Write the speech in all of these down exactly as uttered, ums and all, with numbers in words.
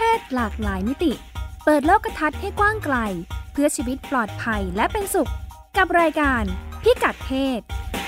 ศหลากหลายมิติเปิดโลกทัศน์ให้กว้างไกลเพื่อชีวิตปลอดภัยและเป็นสุขกับรายการพิกัดเพศ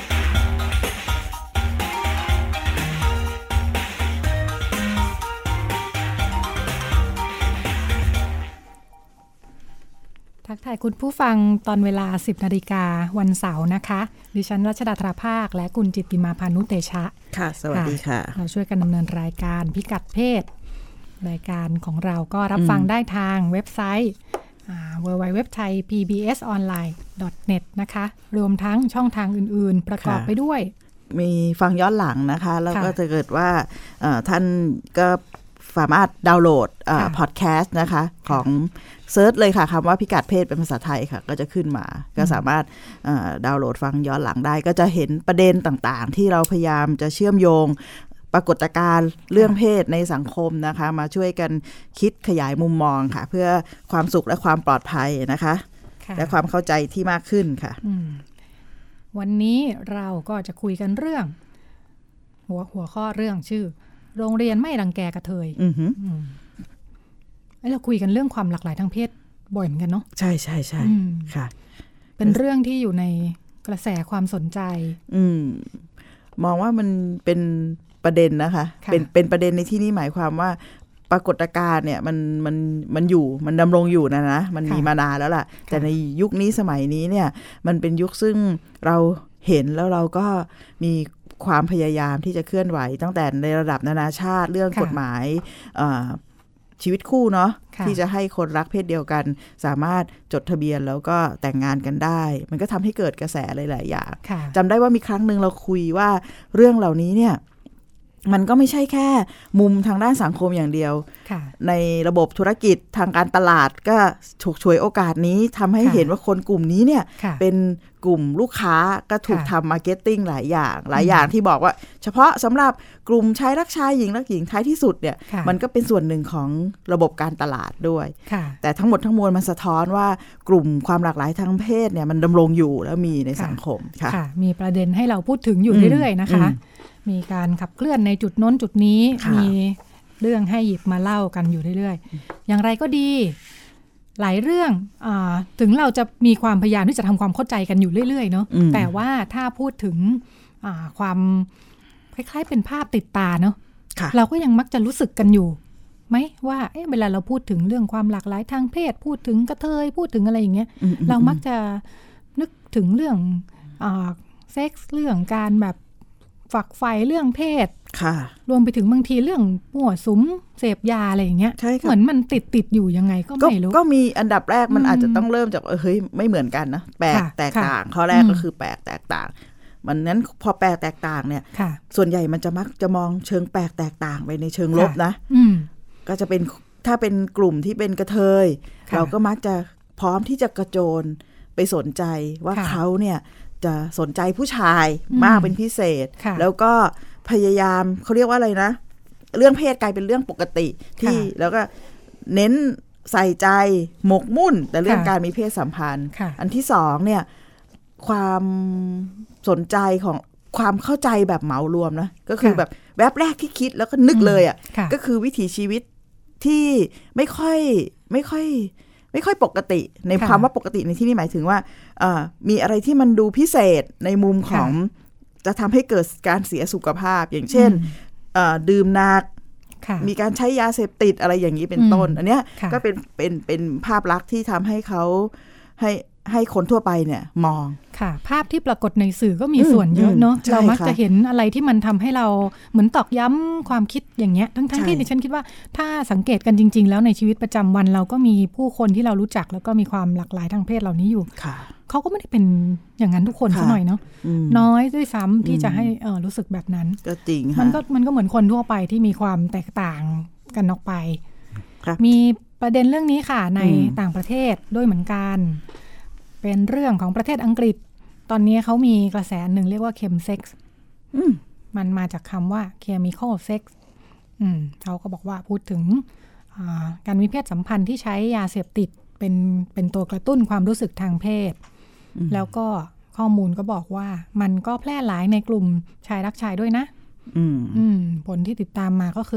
ทักทายคุณผู้ฟังตอนเวลา สิบนาฬิกาวันเสาร์นะคะดิฉันรัชดาธราภาคและคุณจิตติมาพานุเตชะค่ะสวัสดีค่ะเราช่วยกันดำเนินรายการพิกัดเพศรายการของเราก็รับฟังได้ทางเว็บไซต์ ดับเบิลยู ดับเบิลยู ดับเบิลยู ดอท ไทย พี บี เอส ออนไลน์ ดอท เน็ต นะคะรวมทั้งช่องทางอื่นๆประกอบไปด้วยมีฟังย้อนหลังนะคะแล้วก็จะเกิดว่าท่านก็สามารถดาวน์โหลดพอดแคสต์นะคะของเซิร์ชเลยค่ะคำว่าพิกัดเพศเป็นภาษาไทยค่ะก็จะขึ้นมาก็สามารถดาวน์โหลดฟังย้อนหลังได้ก็จะเห็นประเด็นต่างๆที่เราพยายามจะเชื่อมโยงปรากฏการณ์เรื่องเพศในสังคมนะคะมาช่วยกันคิดขยายมุมมองค่ะเพื่อความสุขและความปลอดภัยนะคะและความเข้าใจที่มากขึ้นค่ะวันนี้เราก็จะคุยกันเรื่องหัวหัวข้อเรื่องชื่อโรงเรียนไม่รังแกกระเทยอือหือเราคุยกันเรื่องความหลากหลายทางเพศบ่อยเหมือนกันเนาะใช่ใช่ใช่ค่ะเป็นเรื่องที่อยู่ในกระแสความสนใจอืมมองว่ามันเป็นประเด็นนะคะเป็นเป็นประเด็นในที่นี้หมายความว่าปรากฏการณ์เนี่ยมันมันมันอยู่มันดำรงอยู่นะนะมันมีมานานแล้วล่ะแต่ในยุคนี้สมัยนี้เนี่ยมันเป็นยุคซึ่งเราเห็นแล้วเราก็มีความพยายามที่จะเคลื่อนไหวตั้งแต่ในระดับนานาชาติเรื่องกฎหมายชีวิตคู่เนาะที่จะให้คนรักเพศเดียวกันสามารถจดทะเบียนแล้วก็แต่งงานกันได้มันก็ทำให้เกิดกระแสหลายๆอย่างจำได้ว่ามีครั้งหนึ่งเราคุยว่าเรื่องเหล่านี้เนี่ยมันก็ไม่ใช่แค่มุมทางด้านสังคมอย่างเดียวในระบบธุรกิจทางการตลาดก็ฉกฉวยโอกาสนี้ทำให้เห็นว่าคนกลุ่มนี้เนี่ยเป็นกลุ่มลูกค้าก็ถูกทำมาร์เก็ตติ้งหลายอย่างหลายอย่างที่บอกว่าเฉพาะสำหรับกลุ่มชายรักชายหญิงรักหญิงท้ายที่สุดเนี่ยมันก็เป็นส่วนหนึ่งของระบบการตลาดด้วยแต่ทั้งหมดทั้งมวลมันสะท้อนว่ากลุ่มความหลากหลายทางเพศเนี่ยมันดำรงอยู่แล้วมีในสังคมค่ะมีประเด็นให้เราพูดถึงอยู่เรื่อยๆนะคะมีการขับเคลื่อนในจุดโน้นจุดนี้มีเรื่องให้หยิบมาเล่ากันอยู่เรื่อยๆอย่างไรก็ดีหลายเรื่องอถึงเราจะมีความพยายามที่จะทำความเข้าใจกันอยู่เรื่อยๆเนาะแต่ว่าถ้าพูดถึงความคล้ายๆเป็นภาพติดตาเนาะเราก็ยังมักจะรู้สึกกันอยู่ไหมว่าเอ๊ะเวลาเราพูดถึงเรื่องความหลากหลายทางเพศพูดถึงกระเทยพูดถึงอะไรอย่างเงี้ยเรามักจะนึกถึงเรื่องเซ็กส์เรื่องการแบบฝักใฝ่เรื่องเพศรวมไปถึงบางทีเรื่องมั่วสุมเสพยาอะไรอย่างเงี้ยเหมือนมันติดติดอยู่ยังไงก็ไม่รู้ก็มีอันดับแรกมันอาจจะต้องเริ่มจากเฮ้ยไม่เหมือนกันนะแปลกแตกต่างข้อแรกก็คือแปลกแตกต่างมันนั้นพอแปลกแตกต่างเนี่ยส่วนใหญ่มันจะมักจะมองเชิงแปลกแตกต่างไปในเชิงลบนะก็จะเป็นถ้าเป็นกลุ่มที่เป็นกระเทยเราก็มักจะพร้อมที่จะกระโจนไปสนใจว่าเขาเนี่ยจะสนใจผู้ชายมากเป็นพิเศษแล้วก็พยายามเขาเรียกว่าอะไรนะเรื่องเพศกลายเป็นเรื่องปกติที่แล้วก็เน้นใส่ใจหมกมุ่นแต่เรื่องการมีเพศสัมพันธ์อันที่สองเนี่ยความสนใจของความเข้าใจแบบเหมารวมนะก็คือแบบแวบแรกที่คิดแล้วก็นึกเลยอ่ะก็คือวิถีชีวิตที่ไม่ค่อยไม่ค่อยไม่ค่อยปกติในความว่าปกติในที่นี้หมายถึงว่ามีอะไรที่มันดูพิเศษในมุมของจะทำให้เกิดการเสียสุขภาพอย่างเช่นดื่มหนักมีการใช้ยาเสพติดอะไรอย่างนี้เป็นต้นอันเนี้ยก็เป็นเป็นเป็นภาพลักษณ์ที่ทำให้เขาให้ให้คนทั่วไปเนี่ยมองค่ะภาพที่ปรากฏในสื่อก็มีส่วนเยอะเนาะเรามักจะเห็นอะไรที่มันทำให้เราเหมือนตอกย้ำความคิดอย่างเงี้ยทั้งทั้งที่ดิฉันคิดว่าถ้าสังเกตกันจริงๆแล้วในชีวิตประจำวันเราก็มีผู้คนที่เรารู้จักแล้วก็มีความหลากหลายทางเพศเหล่านี้อยู่เขาก็ไม่ได้เป็นอย่างนั้นทุกคนซะหน่อยเนาะน้อยด้วยซ้ำที่จะให้เออรู้สึกแบบนั้นก็จริงมันก็มันก็เหมือนคนทั่วไปที่มีความแตกต่างกันออกไปมีประเด็นเรื่องนี้ค่ะในต่างประเทศด้วยเหมือนกันเป็นเรื่องของประเทศอังกฤษตอนนี้เขามีกระแสหนึ่งเรียกว่าเคมเซ็กซ์มันมาจากคำว่า chemical sex เขาก็บอกว่าพูดถึงการมีเพศสัมพันธ์ที่ใช้ยาเสพติดเป็นเป็นตัวกระตุ้นความรู้สึกทางเพศแล้วก็ข้อมูลก็บอกว่ามันก็แพร่หลายในกลุ่มชายรักชายด้วยนะผลที่ติดตามมาก็คือ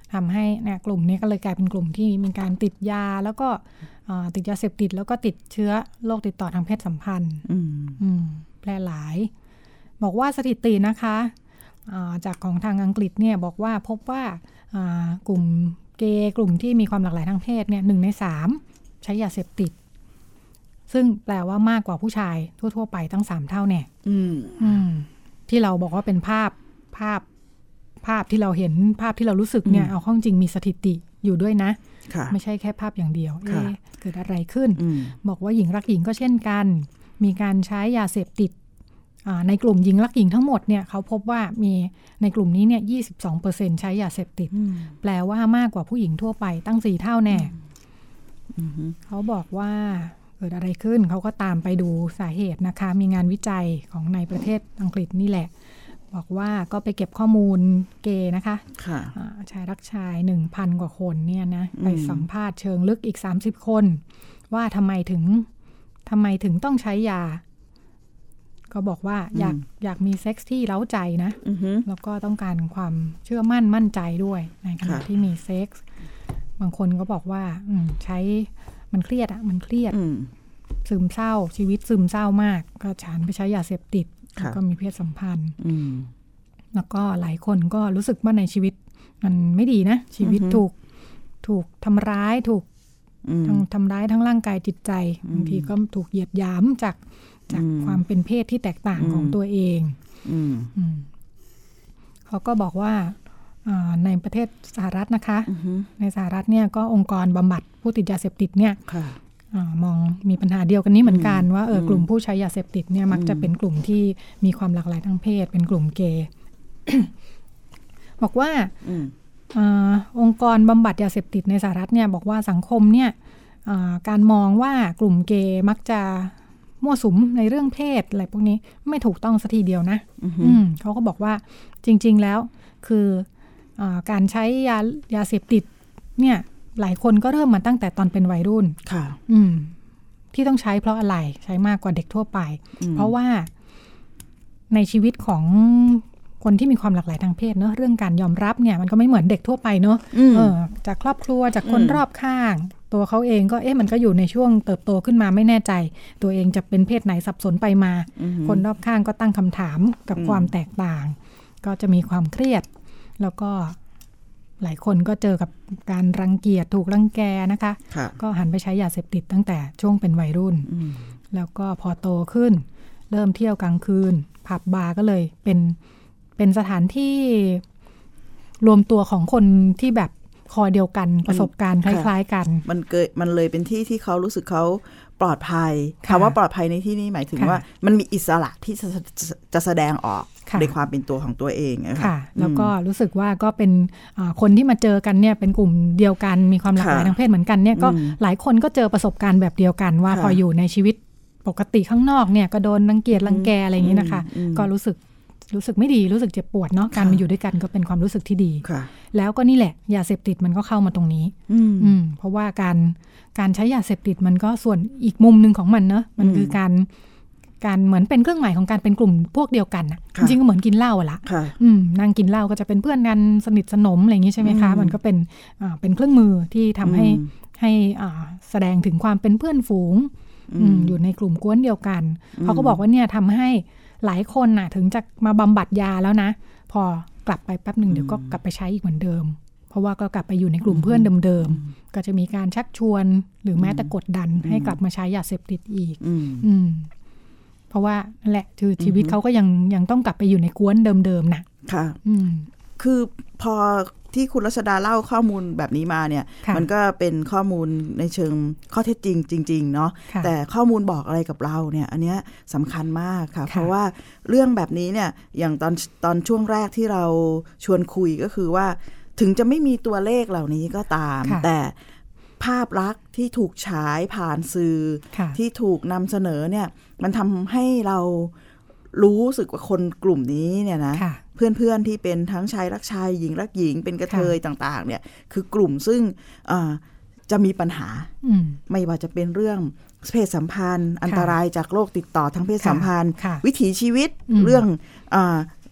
ทำให้เนี่ยกลุ่มนี้ก็เลยกลายเป็นกลุ่มที่มีการติดยาแล้วก็ติดยาเสพติดแล้วก็ติดเชื้อโรคติดต่อทางเพศสัมพันธ์แพร่หลายบอกว่าสถิตินะคะจากของทางอังกฤษเนี่ยบอกว่าพบว่ากลุ่มเกย์กลุ่มที่มีความหลากหลายทางเพศเนี่ยหนึ่งในสามใช้ยาเสพติดซึ่งแปลว่ามากกว่าผู้ชายทั่วๆไปตั้งสามเท่าแน่ที่เราบอกว่าเป็นภาพภาพภาพที่เราเห็นภาพที่เรารู้สึกเนี่ยเอาข้อจริงมีสถิติอยู่ด้วยนะไม่ใช่แค่ภาพอย่างเดียวเอ๊ะเกิดอะไรขึ้นบอกว่าหญิงรักหญิงก็เช่นกันมีการใช้ยาเสพติดในกลุ่มหญิงรักหญิงทั้งหมดเนี่ยเขาพบว่ามีในกลุ่มนี้เนี่ย ยี่สิบสองเปอร์เซ็นต์ ใช้ยาเสพติดแปลว่ามากกว่าผู้หญิงทั่วไปตั้งสี่เท่าแน่เขาบอกว่าเกิดอะไรขึ้นเขาก็ตามไปดูสาเหตุนะคะมีงานวิจัยของในประเทศอังกฤษนี่แหละบอกว่าก็ไปเก็บข้อมูลเกย์นะคะชายรักชาย หนึ่งพัน กว่าคนเนี่ยนะไปสัมภาษณ์เชิงลึกอีกสามสิบคนว่าทำไมถึงทำไมถึงต้องใช้ยาก็บอกว่าอยากอยากมีเซ็กส์ที่เร้าใจนะแล้วก็ต้องการความเชื่อมั่นมั่นใจด้วยในขณะที่มีเซ็กส์บางคนก็บอกว่าใช้มันเครียดอะมันเครียดซึมเศร้าชีวิตซึมเศร้ามากก็ฉันไปใช้ยาเสพติดแล้วก็มีเพศสัมพันธ์แล้วก็หลายคนก็รู้สึกว่าในชีวิตมันไม่ดีนะชีวิตถูกถูกทำร้ายถูกทั้งทำร้ายทั้งร่างกายจิตใจบางทีก็ถูกเหยียดหยามจากจากความเป็นเพศที่แตกต่างของตัวเองเขาก็บอกว่าในประเทศสหรัฐนะคะในสหรัฐเนี่ยก็องค์กรบำบัดผู้ติดยาเสพติดเนี่ยมองมีปัญหาเดียวกันนี้เหมือนกันว่าเออกลุ่มผู้ใช้ยาเสพติดเนี่ยมักจะเป็นกลุ่มที่มีความหลากหลายทางเพศเป็นกลุ่มเกย์ บอกว่าองค์กรบำบัดยาเสพติดในสหรัฐเนี่ยบอกว่าสังคมเนี่ยการมองว่ากลุ่มเกย์มักจะมั่วสุมในเรื่องเพศอะไรพวกนี้ไม่ถูกต้องสักทีเดียวนะเขาก็บอกว่าจริงๆแล้วคือการใช้ยายาเสพติดเนี่ยหลายคนก็เริ่มมาตั้งแต่ตอนเป็นวัยรุ่นค่ะอืมที่ต้องใช้เพราะอะไรใช้มากกว่าเด็กทั่วไปเพราะว่าในชีวิตของคนที่มีความหลากหลายทางเพศเนอะเรื่องการยอมรับเนี่ยมันก็ไม่เหมือนเด็กทั่วไปเนอะเออจากครอบครัวจากคนรอบข้างตัวเขาเองก็เอ๊ะมันก็อยู่ในช่วงเติบโตขึ้นมาไม่แน่ใจตัวเองจะเป็นเพศไหนสับสนไปมาคนรอบข้างก็ตั้งคำถามกับความแตกต่างก็จะมีความเครียดแล้วก็หลายคนก็เจอกับการรังเกียจถูกรังแกนะคะก็หันไปใช้ยาเสพติดตั้งแต่ช่วงเป็นวัยรุ่นแล้วก็พอโตขึ้นเริ่มเที่ยวกลางคืนผับบาร์ก็เลยเป็นเป็นสถานที่รวมตัวของคนที่แบบคอเดียวกันประสบการณ์คล้ายๆกันมันเกิดมันเลยเป็นที่ที่เขารู้สึกเขาปลอดภัยคำว่าปลอดภัยในที่นี้หมายถึงว่ามันมีอิสระที่จะจะแสดงออกในความเป็นตัวของตัวเองค่ะแล้วก็รู้สึกว่าก็เป็นคนที่มาเจอกันเนี่ยเป็นกลุ่มเดียวกันมีความหลากหลายทางเพศเหมือนกันเนี่ยก็หลายคนก็เจอประสบการณ์แบบเดียวกันว่าพออยู่ในชีวิตปกติข้างนอกเนี่ยก็โดนรังเกียจรังแกอะไรอย่างนี้นะคะก็รู้สึกรู้สึกไม่ดีรู้สึกเจ็บปวดเนาะการมาอยู่ด้วยกันก็เป็นความรู้สึกที่ดีแล้วก็นี่แหละยาเสพติดมันก็เข้ามาตรงนี้อืมเพราะว่าการการใช้ยาเสพติดมันก็ส่วนอีกมุมนึงของมันเนาะมันคือการการเหมือนเป็นเครื่องหมายของการเป็นกลุ่มพวกเดียวกันจริงๆก็เหมือนกินเหล้าอะละนั่งกินเหล้าก็จะเป็นเพื่อนกันสนิทสนมอะไรอย่างนี้ใช่ไหมคะมันก็เป็นอ่าเป็นเครื่องมือที่ทำให้ให้อ่าแสดงถึงความเป็นเพื่อนฝูงอยู่ในกลุ่มกวนเดียวกันเขาก็บอกว่าเนี่ยทำให้หลายคนน่ะถึงจะมาบำบัดยาแล้วนะพอกลับไปแป๊บหนึ่งเดี๋ยวก็กลับไปใช้อีกเหมือนเดิมเพราะว่าก็กลับไปอยู่ในกลุ่มเพื่อนเดิมๆก็จะมีการชักชวนหรือแม้แต่กดดันให้กลับมาใช้ยาเสพติดอีกอืมเพราะว่านั่นแหละคือชีวิตเขาก็ยังยังต้องกลับไปอยู่ในกวนเดิมๆนะค่ะคือพอที่คุณรัชดาเล่าข้อมูลแบบนี้มาเนี่ยมันก็เป็นข้อมูลในเชิงข้อเท็จจริงจริงๆเนาะแต่ข้อมูลบอกอะไรกับเราเนี่ยอันเนี้ยสำคัญมากค่ะเพราะว่าเรื่องแบบนี้เนี่ยอย่างตอนตอนช่วงแรกที่เราชวนคุยก็คือว่าถึงจะไม่มีตัวเลขเหล่านี้ก็ตามแต่ภาพลักษณ์ที่ถูกฉายผ่านสื่อที่ถูกนำเสนอเนี่ยมันทำให้เรารู้สึกว่าคนกลุ่มนี้เนี่ยนะเพื่อนๆที่เป็นทั้งชายรักชายหญิงรักหญิงเป็นกระเทยต่างๆเนี่ยคือกลุ่มซึ่งจะมีปัญหาไม่ว่าจะเป็นเรื่องเพศสัมพันธ์อันตรายจากโรคติดต่อทางเพศสัมพันธ์วิถีชีวิตเรื่อง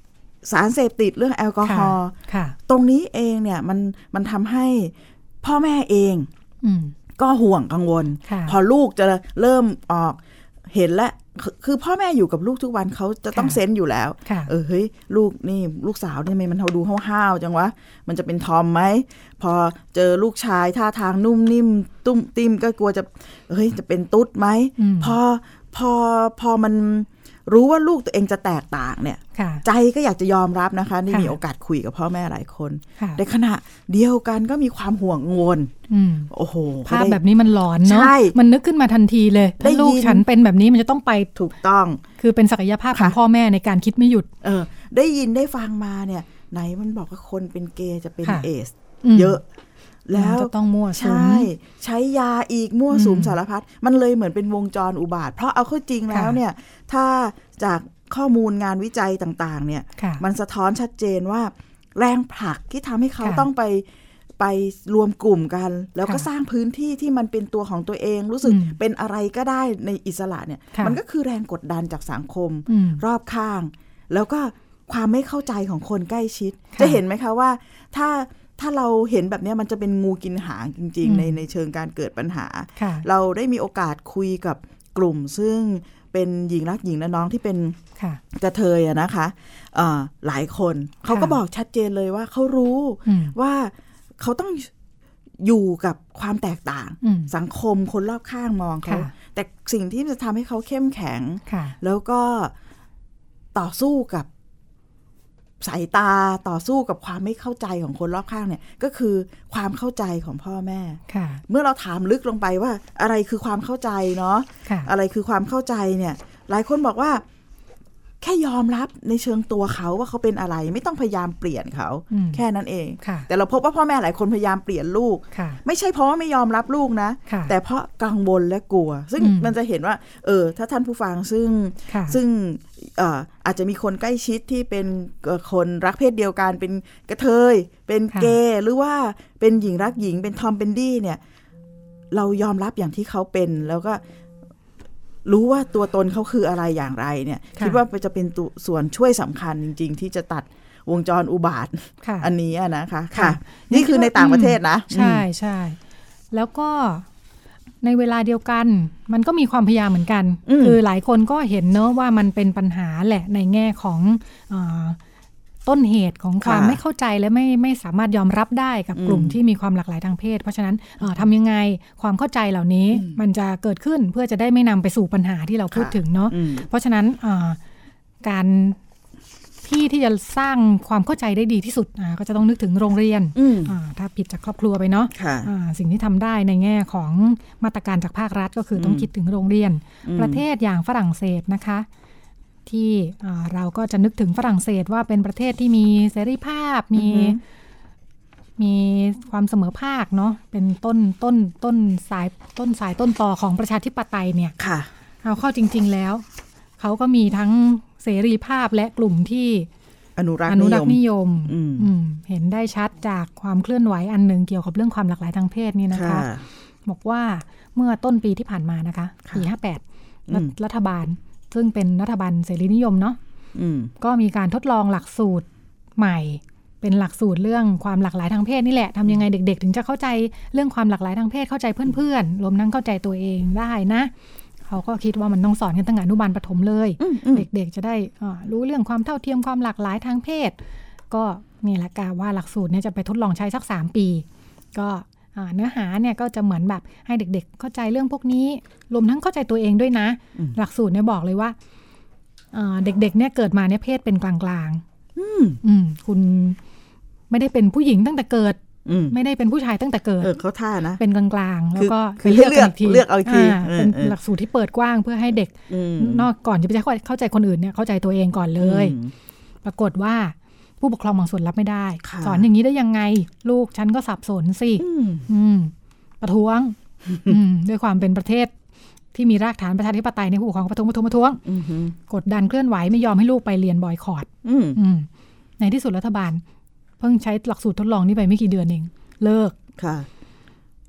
สารเสพติดเรื่องแอลกอฮอล์ตรงนี้เองเนี่ยมันมันทำให้พ่อแม่เองก็ห่วงกังวลพอลูกจะเริ่มออกเห็นและคือพ่อแม่อยู่กับลูกทุกวันเขาจะต้องเซนส์อยู่แล้วเออเฮ้ยลูกนี่ลูกสาวนี่มันเขาดูห้าวๆจังวะมันจะเป็นทอมไหมพอเจอลูกชายท่าทางนุ่มนิ่มตุ้มติ้มก็กลัวจะเฮ้ยจะเป็นตุ๊ดไหมพอพอพอมันรู้ว่าลูกตัวเองจะแตกต่างเนี่ยใจก็อยากจะยอมรับนะคะนี่มีโอกาสคุยกับพ่อแม่หลายคนในขณะเดียวกันก็มีความห่วงกังวลโอ้โหภาพแบบนี้มันหลอนเนาะมันนึกขึ้นมาทันทีเลยถ้าลูกฉันเป็นแบบนี้มันจะต้องไปถูกต้องคือเป็นศักยภาพของพ่อแม่ในการคิดไม่หยุดเออได้ยินได้ฟังมาเนี่ยไหนมันบอกว่าคนเป็นเกย์จะเป็นเอสเยอะแล้วจะต้องมั่วสุมใช่ใช้ยาอีกมั่วสุมสารพัดมันเลยเหมือนเป็นวงจรอุบาทเพราะเอาเข้าจริงแล้วเนี่ยถ้าจากข้อมูลงานวิจัยต่างๆเนี่ยมันสะท้อนชัดเจนว่าแรงผลักที่ทำให้เขาต้องไปไปรวมกลุ่มกันแล้วก็สร้างพื้นที่ที่มันเป็นตัวของตัวเองรู้สึกเป็นอะไรก็ได้ในอิสระเนี่ยมันก็คือแรงกดดันจากสังคมรอบข้างแล้วก็ความไม่เข้าใจของคนใกล้ชิดจะเห็นไหมคะว่าถ้าถ้าเราเห็นแบบนี้มันจะเป็นงูกินหางจริงๆในในเชิงการเกิดปัญหาเราได้มีโอกาสคุยกับกลุ่มซึ่งเป็นหญิงรักหญิงและน้องที่เป็นกระเทยอะนะคะะหลายคนเขาก็บอกชัดเจนเลยว่าเขารู้ว่าเขาต้องอยู่กับความแตกต่างสังคมคนรอบข้างมองเขาแต่สิ่งที่จะทำให้เขาเข้มแข็งแล้วก็ต่อสู้กับสายตาต่อสู้กับความไม่เข้าใจของคนรอบข้างเนี่ยก็คือความเข้าใจของพ่อแม่เมื่อเราถามลึกลงไปว่าอะไรคือความเข้าใจเนาะอะไรคือความเข้าใจเนี่ยหลายคนบอกว่าแค่ยอมรับในเชิงตัวเขาว่าเขาเป็นอะไรไม่ต้องพยายามเปลี่ยนเขาแค่นั้นเองแต่เราพบว่าพ่อแม่หลายคนพยายามเปลี่ยนลูกไม่ใช่เพราะว่าไม่ยอมรับลูกนะแต่เพราะกังวลและกลัวซึ่งมันจะเห็นว่าเออถ้าท่านผู้ฟังซึ่งซึ่งอาจจะมีคนใกล้ชิดที่เป็นคนรักเพศเดียวกันเป็นกระเทยเป็นเกย์หรือว่าเป็นหญิงรักหญิงเป็นทอมเป็นดี้เนี่ยเรายอมรับอย่างที่เขาเป็นแล้วก็รู้ว่าตัวตนเขาคืออะไรอย่างไรเนี่ยคิดว่าจะเป็นส่วนช่วยสำคัญจริงๆที่จะตัดวงจรอุบาทอันนี้นะคะค่ะนี่คือในต่างประเทศนะใช่ใช่แล้วก็ในเวลาเดียวกันมันก็มีความพยายามเหมือนกันคือหลายคนก็เห็นเนอะว่ามันเป็นปัญหาแหละในแง่ของอ่าต้นเหตุของความไม่เข้าใจและไม่ไม่สามารถยอมรับได้กับกลุ่มที่มีความหลากหลายทางเพศเพราะฉะนั้นทำยังไงความเข้าใจเหล่านี้มันจะเกิดขึ้นเพื่อจะได้ไม่นำไปสู่ปัญหาที่เราพูดถึงเนาะเพราะฉะนั้นการที่ที่จะสร้างความเข้าใจได้ดีที่สุดก็จะต้องนึกถึงโรงเรียนถ้าผิดจากครอบครัวไปเนาะสิ่งที่ทำได้ในแง่ของมาตรการจากภาครัฐก็คือต้องคิดถึงโรงเรียนประเทศอย่างฝรั่งเศสนะคะที่เราก็จะนึกถึงฝรั่งเศสว่าเป็นประเทศที่มีเสรีภาพมีมีความเสมอภาคเนาะเป็นต้นต้นต้นสายต้นสายต้นต่อของประชาธิปไตยเนี่ยเอาเข้าจริงๆแล้วเขาก็มีทั้งเสรีภาพและกลุ่มที่อนุรักษ์นิยมเห็นได้ชัดจากความเคลื่อนไหวอันหนึ่งเกี่ยวกับเรื่องความหลากหลายทางเพศนี่นะคะบอกว่าเมื่อต้นปีที่ผ่านมานะคะปีห้าแปดรัฐบาลซึ่งเป็นรัฐบาลเสรีนิยมเนาะก็มีการทดลองหลักสูตรใหม่เป็นหลักสูตรเรื่องความหลากหลายทางเพศนี่แหละทำยังไงเด็กๆถึงจะเข้าใจเรื่องความหลากหลายทางเพศเข้าใจเพื่อนๆรวมทั้งเข้าใจตัวเองได้นะเขาก็คิดว่ามันต้องสอนกันตั้งแต่อนุบาลประถมเลยเด็กๆจะได้รู้เรื่องความเท่าเทียมความหลากหลายทางเพศก็นี่แหละกะว่าหลักสูตรเนี่ยจะไปทดลองใช้สักสามปีก็เนื้อหาเนี่ยก็จะเหมือนแบบให้เด็กๆเข้าใจเรื่องพวกนี้รวมทั้งเข้าใจตัวเองด้วยนะหลักสูตรเนี่ยบอกเลยว่าเด็กๆเนี่ยเกิดมาเนี่ยเพศเป็นกลางๆคุณไม่ได้เป็นผู้หญิงตั้งแต่เกิดไม่ได้เป็นผู้ชายตั้งแต่เกิดเขาท่านะเป็นกลางๆแล้วก็เลือกอีกทีเลือกเอาอีกทีเป็นหลักสูตรที่เปิดกว้างเพื่อให้เด็กนอกก่อนจะไปเข้าใจคนอื่นเนี่ยเข้าใจตัวเองก่อนเลยปรากฏว่าผู้ปกครองบางส่วนรับไม่ได้สอนอย่างนี้ได้ยังไงลูกฉันก็สับสนสิประท้วงด้วยความเป็นประเทศที่มีรากฐานประชาธิปไตยในผู้ปกครองประท้วงประท้วงประท้วงกดดันเคลื่อนไหวไม่ยอมให้ลูกไปเรียนบอยคอตในที่สุดรัฐบาลเพิ่งใช้หลักสูตรทดลองนี้ไปไม่กี่เดือนเองเลิก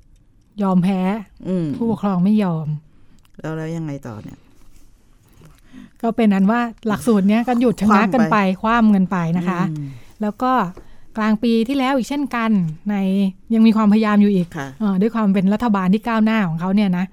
ยอมแพ้ผู้ปกครองไม่ยอมแล้วแล้วยังไงต่อเนี่ยก็เป็นอันว่าหลักสูตรเนี้ยก็หยุดชะงักกันไปคว่ำกันไปนะคะแล้วก็กลางปีที่แล้วอีกเช่นกันในยังมีความพยายามอยู่อีกด้วยความเป็นรัฐบาลที่ก้าวหน้าของเขาเนี่ยนะ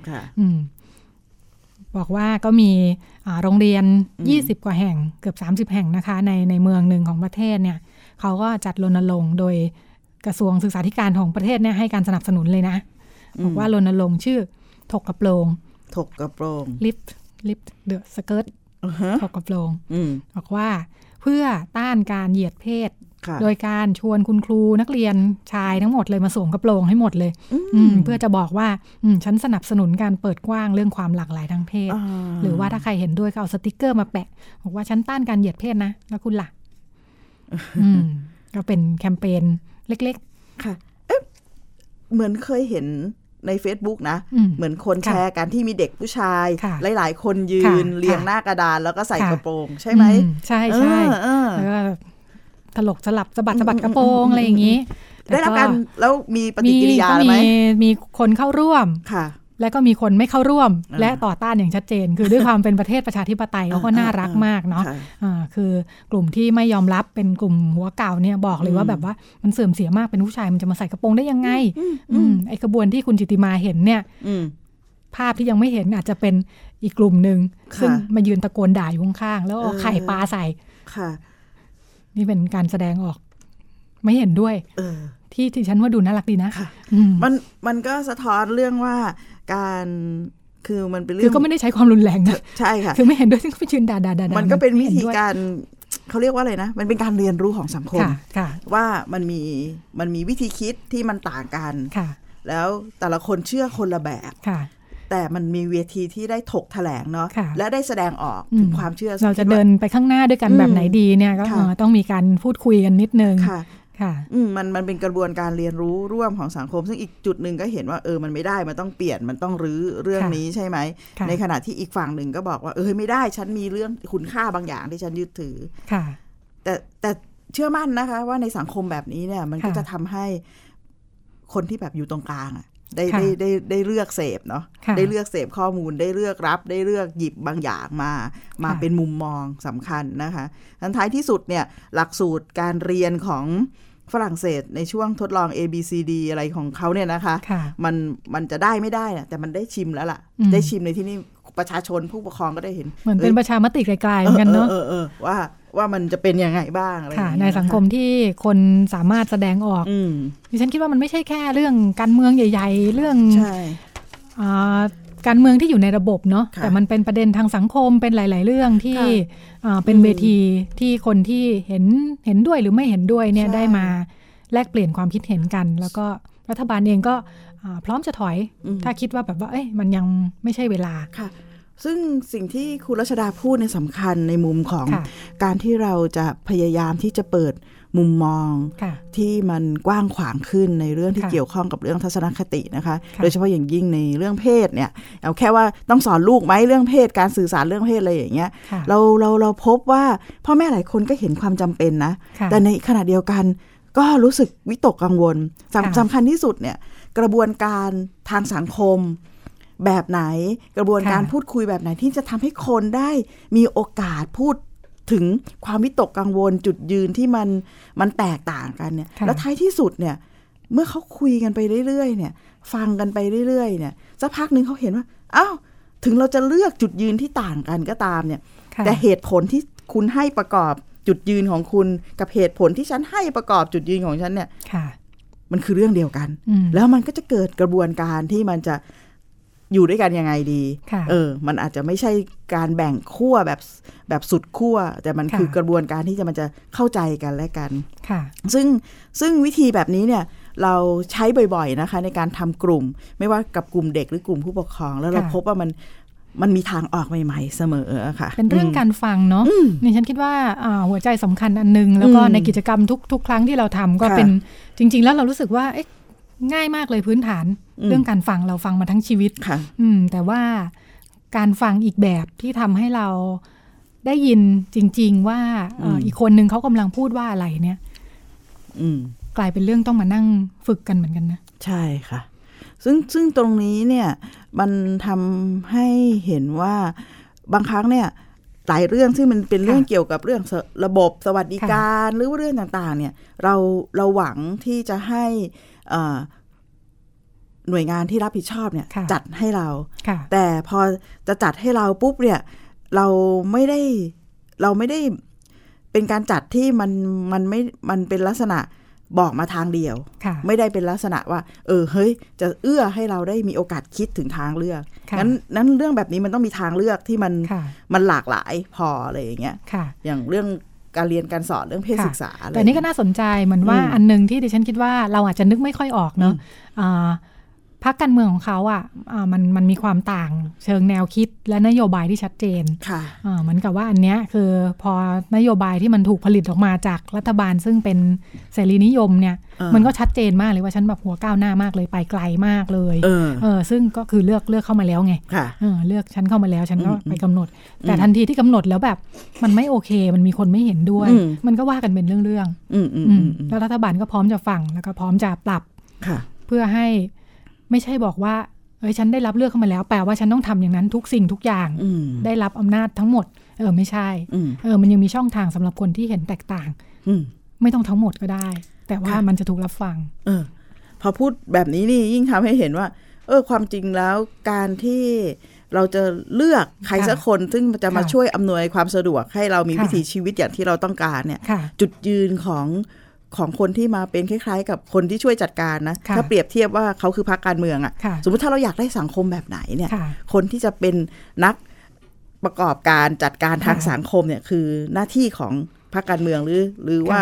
บอกว่าก็มีโรงเรียนยี่สิบกว่าแห่งเกือบสามสิบแห่งนะคะในในเมืองหนึ่งของประเทศเนี่ยเขาก็จัดรณรงค์โดยกระทรวงศึกษาธิการของประเทศเนี่ยให้การสนับสนุนเลยนะบอกว่ารณรงค์ชื่อถกกระโปรงถกกระโปรง lift lift the skirt ถกกระโปรงบอกว่าเพื่อต้านการเหยียดเพศโดยการชวนคุณครูนักเรียนชายทั้งหมดเลยมาสวมกระโปรงให้หมดเลยเพื่อจะบอกว่าฉันสนับสนุนการเปิดกว้างเรื่องความหลากหลายทางเพศหรือว่าถ้าใครเห็นด้วยก็เอาสติกเกอร์มาแปะบอกว่าฉันต้านการเหยียดเพศนะแล้วคุณล่ะก็เป็นแคมเปญเล็กๆค่ะเอ๊ะเหมือนเคยเห็นใน Facebook นะเหมือนคนแชร์กันที่มีเด็กผู้ชายหลายๆคนยืนเรียงหน้ากระดานแล้วก็ใส่กระโปรงใช่ไหมใช่ใช่แล้วก็ถลกสลับสะบัดสะบัดกระโปรงอะไรอย่างนี้ได้รับการแล้วมีปฏิกิริยาไหมมีคนเข้าร่วมค่ะและก็มีคนไม่เข้าร่วมและต่อต้านอย่างชัดเจนคือด้วยความเป็นประเทศประชาธิปไตยเขาก็น่ารักมากเนาะคือกลุ่มที่ไม่ยอมรับเป็นกลุ่มหัวเก่าเนี่ยบอกเลยว่าแบบว่ามันเสื่อมเสียมากเป็นผู้ชายมันจะมาใส่กระโปรงได้ยังไงไอ้กระบวนที่คุณจิตติมาเห็นเนี่ยภาพที่ยังไม่เห็นอาจจะเป็นอีกกลุ่มนึงซึ่งมายืนตะโกนด่าอยู่ข้างๆแล้วเอาไข่ปลาใส่นี่เป็นการแสดงออกไม่เห็นด้วยที่ที่ฉันว่าดูน่ารักดีนะมันมันก็สะท้อนเรื่องว่าการคือมันเป็นเรื่องคือก็ไม่ได้ใช้ความรุนแรงนะใช่ค่ะคือไม่เห็นด้วยที่เขาไปยืนด่าด่าด่ามันก็เป็นวิธีการเขาเรียกว่าอะไรนะมันเป็นการเรียนรู้ของสังคมว่ามันมีมันมีวิธีคิดที่มันต่างกันแล้วแต่ละคนเชื่อคนละแบบแต่มันมีเวทีที่ได้ถกแถลงเนาะและได้แสดงออกถึงความเชื่อเราจะเดินไปข้างหน้าด้วยกันแบบไหนดีเนี่ยก็ต้องมีการพูดคุยกันนิดนึงค่ะค่ะมันมันเป็นกระบวนการเรียนรู้ร่วมของสังคมซึ่งอีกจุดหนึ่งก็เห็นว่าเออมันไม่ได้มันต้องเปลี่ยนมันต้องรื้อเรื่องนี้ใช่ไหมในขณะที่อีกฝั่งหนึ่งก็บอกว่าเออไม่ได้ฉันมีเรื่องคุณค่าบางอย่างที่ฉันยึดถือค่ะแต่แต่เชื่อมั่นนะคะว่าในสังคมแบบนี้เนี่ยมันก็จะทำให้คนที่แบบอยู่ตรงกลางอ่ะได้ได้ได้ได้เลือกเสพเนาะได้เลือกเสพข้อมูลได้เลือกรับได้เลือกหยิบบางอย่างมามาเป็นมุมมองสำคัญนะคะทั้งท้ายที่สุดเนี่ยหลักสูตรการเรียนของฝรั่งเศสในช่วงทดลอง เอ บี ซี ดี อะไรของเขาเนี่ยนะคะมันมันจะได้ไม่ได้นะแต่มันได้ชิมแล้วล่ะได้ชิมในที่นี่ประชาชนผู้ปกครองก็ได้เห็นเหมือนเป็นประชามติไกลๆเหมือนกันเนาะเออเออว่าว่ามันจะเป็นยังไงบ้างอะไรในสังคมที่คนสามารถแสดงออกดิฉันคิดว่ามันไม่ใช่แค่เรื่องการเมืองใหญ่ๆเรื่องการเมืองที่อยู่ในระบบเนาะแต่มันเป็นประเด็นทางสังคมเป็นหลายๆเรื่องที่เป็นเวทีที่คนที่เห็นเห็นด้วยหรือไม่เห็นด้วยเนี่ยได้มาแลกเปลี่ยนความคิดเห็นกันแล้วก็รัฐบาลเองก็พร้อมจะถอยถ้าคิดว่าแบบว่าเอ้ยมันยังไม่ใช่เวลาค่ะซึ่งสิ่งที่คุณรัชดาพูดในสำคัญในมุมของการที่เราจะพยายามที่จะเปิดมุมมองที่มันกว้างขวางขึ้นในเรื่องที่เกี่ยวข้องกับเรื่องทัศนคตินะคะโดยเฉพาะอย่างยิ่งในเรื่องเพศเนี่ยเอาแค่ว่าต้องสอนลูกไหมเรื่องเพศการสื่อสารเรื่องเพศอะไรอย่างเงี้ยเราเราเราพบว่าพ่อแม่หลายคนก็เห็นความจำเป็นนะแต่ในขณะเดียวกันก็รู้สึกวิตกกังวลสำคัญที่สุดเนี่ยกระบวนการทางสังคมแบบไหนกระบวนการพูดคุยแบบไหนที่จะทำให้คนได้มีโอกาสพูดถึงความวิตกกังวลจุดยืนที่มันมันแตกต่างกันเนี่ยแล้วท้ายที่สุดเนี่ยเมื่อเขาคุยกันไปเรื่อยๆเนี่ยฟังกันไปเรื่อยๆเนี่ยสักพักนึงเขาเห็นว่าอ้าวถึงเราจะเลือกจุดยืนที่ต่างกันก็ตามเนี่ยแต่เหตุผลที่คุณให้ประกอบจุดยืนของคุณกับเหตุผลที่ฉันให้ประกอบจุดยืนของฉันเนี่ยมันคือเรื่องเดียวกันแล้วมันก็จะเกิดกระบวนการที่มันจะอยู่ด้วยกันยังไงดีเออมันอาจจะไม่ใช่การแบ่งขั้วแบบแบบสุดขั้วแต่มันคือกระบวนการที่จะมันจะเข้าใจกันและกันซึ่งซึ่งวิธีแบบนี้เนี่ยเราใช้บ่อยๆนะคะในการทำกลุ่มไม่ว่ากับกลุ่มเด็กหรือกลุ่มผู้ปกครองแล้วเราพบว่ามันมันมีทางออกใหม่ๆเสมอค่ะเป็นเรื่องการฟังเนาะนี่ฉันคิดว่าหัวใจสำคัญอันนึงแล้วก็ในกิจกรรมทุกทุกครั้งที่เราทำก็เป็นจริงๆแล้วเรารู้สึกว่าง่ายมากเลยพื้นฐานเรื่องการฟังเราฟังมาทั้งชีวิตอืมแต่ว่าการฟังอีกแบบที่ทำให้เราได้ยินจริงๆว่า อ, อีกคนนึงเขากำลังพูดว่าอะไรเนี่ยกลายเป็นเรื่องต้องมานั่งฝึกกันเหมือนกันนะใช่ค่ะซึ่งซึ่งตรงนี้เนี่ยมันทำให้เห็นว่าบางครั้งเนี่ยหลายเรื่องซึ่งมันเป็นเรื่องเกี่ยวกับเรื่องระบบสวัสดิการหรือว่าเรื่องต่างๆเนี่ยเราเราหวังที่จะให้หน่วยงานที่รับผิดชอบเนี่ยจัดให้เราแต่พอจะจัดให้เราปุ๊บเนี่ยเราไม่ได้เราไม่ได้เป็นการจัดที่มันมันไม่มันเป็นลักษณะบอกมาทางเดียวไม่ได้เป็นลักษณะว่าเออเฮ้ยจะเอื้อให้เราได้มีโอกาสคิดถึงทางเลือกงั้นนั้นเรื่องแบบนี้มันต้องมีทางเลือกที่มันมันหลากหลายพออะไรอย่างเงี้ยอย่างเรื่องการเรียนการสอนเรื่องเพศศึกษาอะไรแต่นี่ก็น่าสนใจเหมือนว่าอันนึงที่ดิฉันคิดว่าเราอาจจะนึกไม่ค่อยออกเนาะพรรคการเมืองของเขาอ่ะมันมันมีความต่างเชิงแนวคิดและนโยบายที่ชัดเจนเหมือนกับว่าอันเนี้ยคือพอนโยบายที่มันถูกผลิตออกมาจากรัฐบาลซึ่งเป็นเสรีนิยมเนี่ยมันก็ชัดเจนมากเลยว่าฉันแบบหัวก้าวหน้ามากเลยไปไกลมากเลยเออเออซึ่งก็คือเลือกเลือกเข้ามาแล้วไงเออเลือกฉันเข้ามาแล้วฉันก็ไปกำหนดแต่ทันทีที่กำหนดแล้วแบบมันไม่โอเคมันมีคนไม่เห็นด้วยมันก็ว่ากันเป็นเรื่องๆแล้วรัฐบาลก็พร้อมจะฟังแล้วก็พร้อมจะปรับเพื่อให้ไม่ใช่บอกว่าเอ้ยฉันได้รับเลือกเข้ามาแล้วแปลว่าฉันต้องทำอย่างนั้นทุกสิ่งทุกอย่างได้รับอำนาจทั้งหมดเออไม่ใช่เออมันยังมีช่องทางสำหรับคนที่เห็นแตกต่างไม่ต้องทั้งหมดก็ได้แต่ว่ามันจะถูกรับฟังเออพอพูดแบบนี้นี่ยิ่งทำให้เห็นว่าเออความจริงแล้วการที่เราจะเลือกใครสักคนซึ่งจะมาช่วยอำนวยความสะดวกให้เรามีวิถีชีวิตอย่างที่เราต้องการเนี่ยจุดยืนของของคนที่มาเป็นคล้ายๆกับคนที่ช่วยจัดการนะถ้าเปรียบเทียบว่าเขาคือพรรคการเมืองอ่ะสมมติถ้าเราอยากได้สังคมแบบไหนเนี่ยคนที่จะเป็นนักประกอบการจัดการทางสังคมเนี่ยคือหน้าที่ของพรรคการเมืองหรือหรือว่า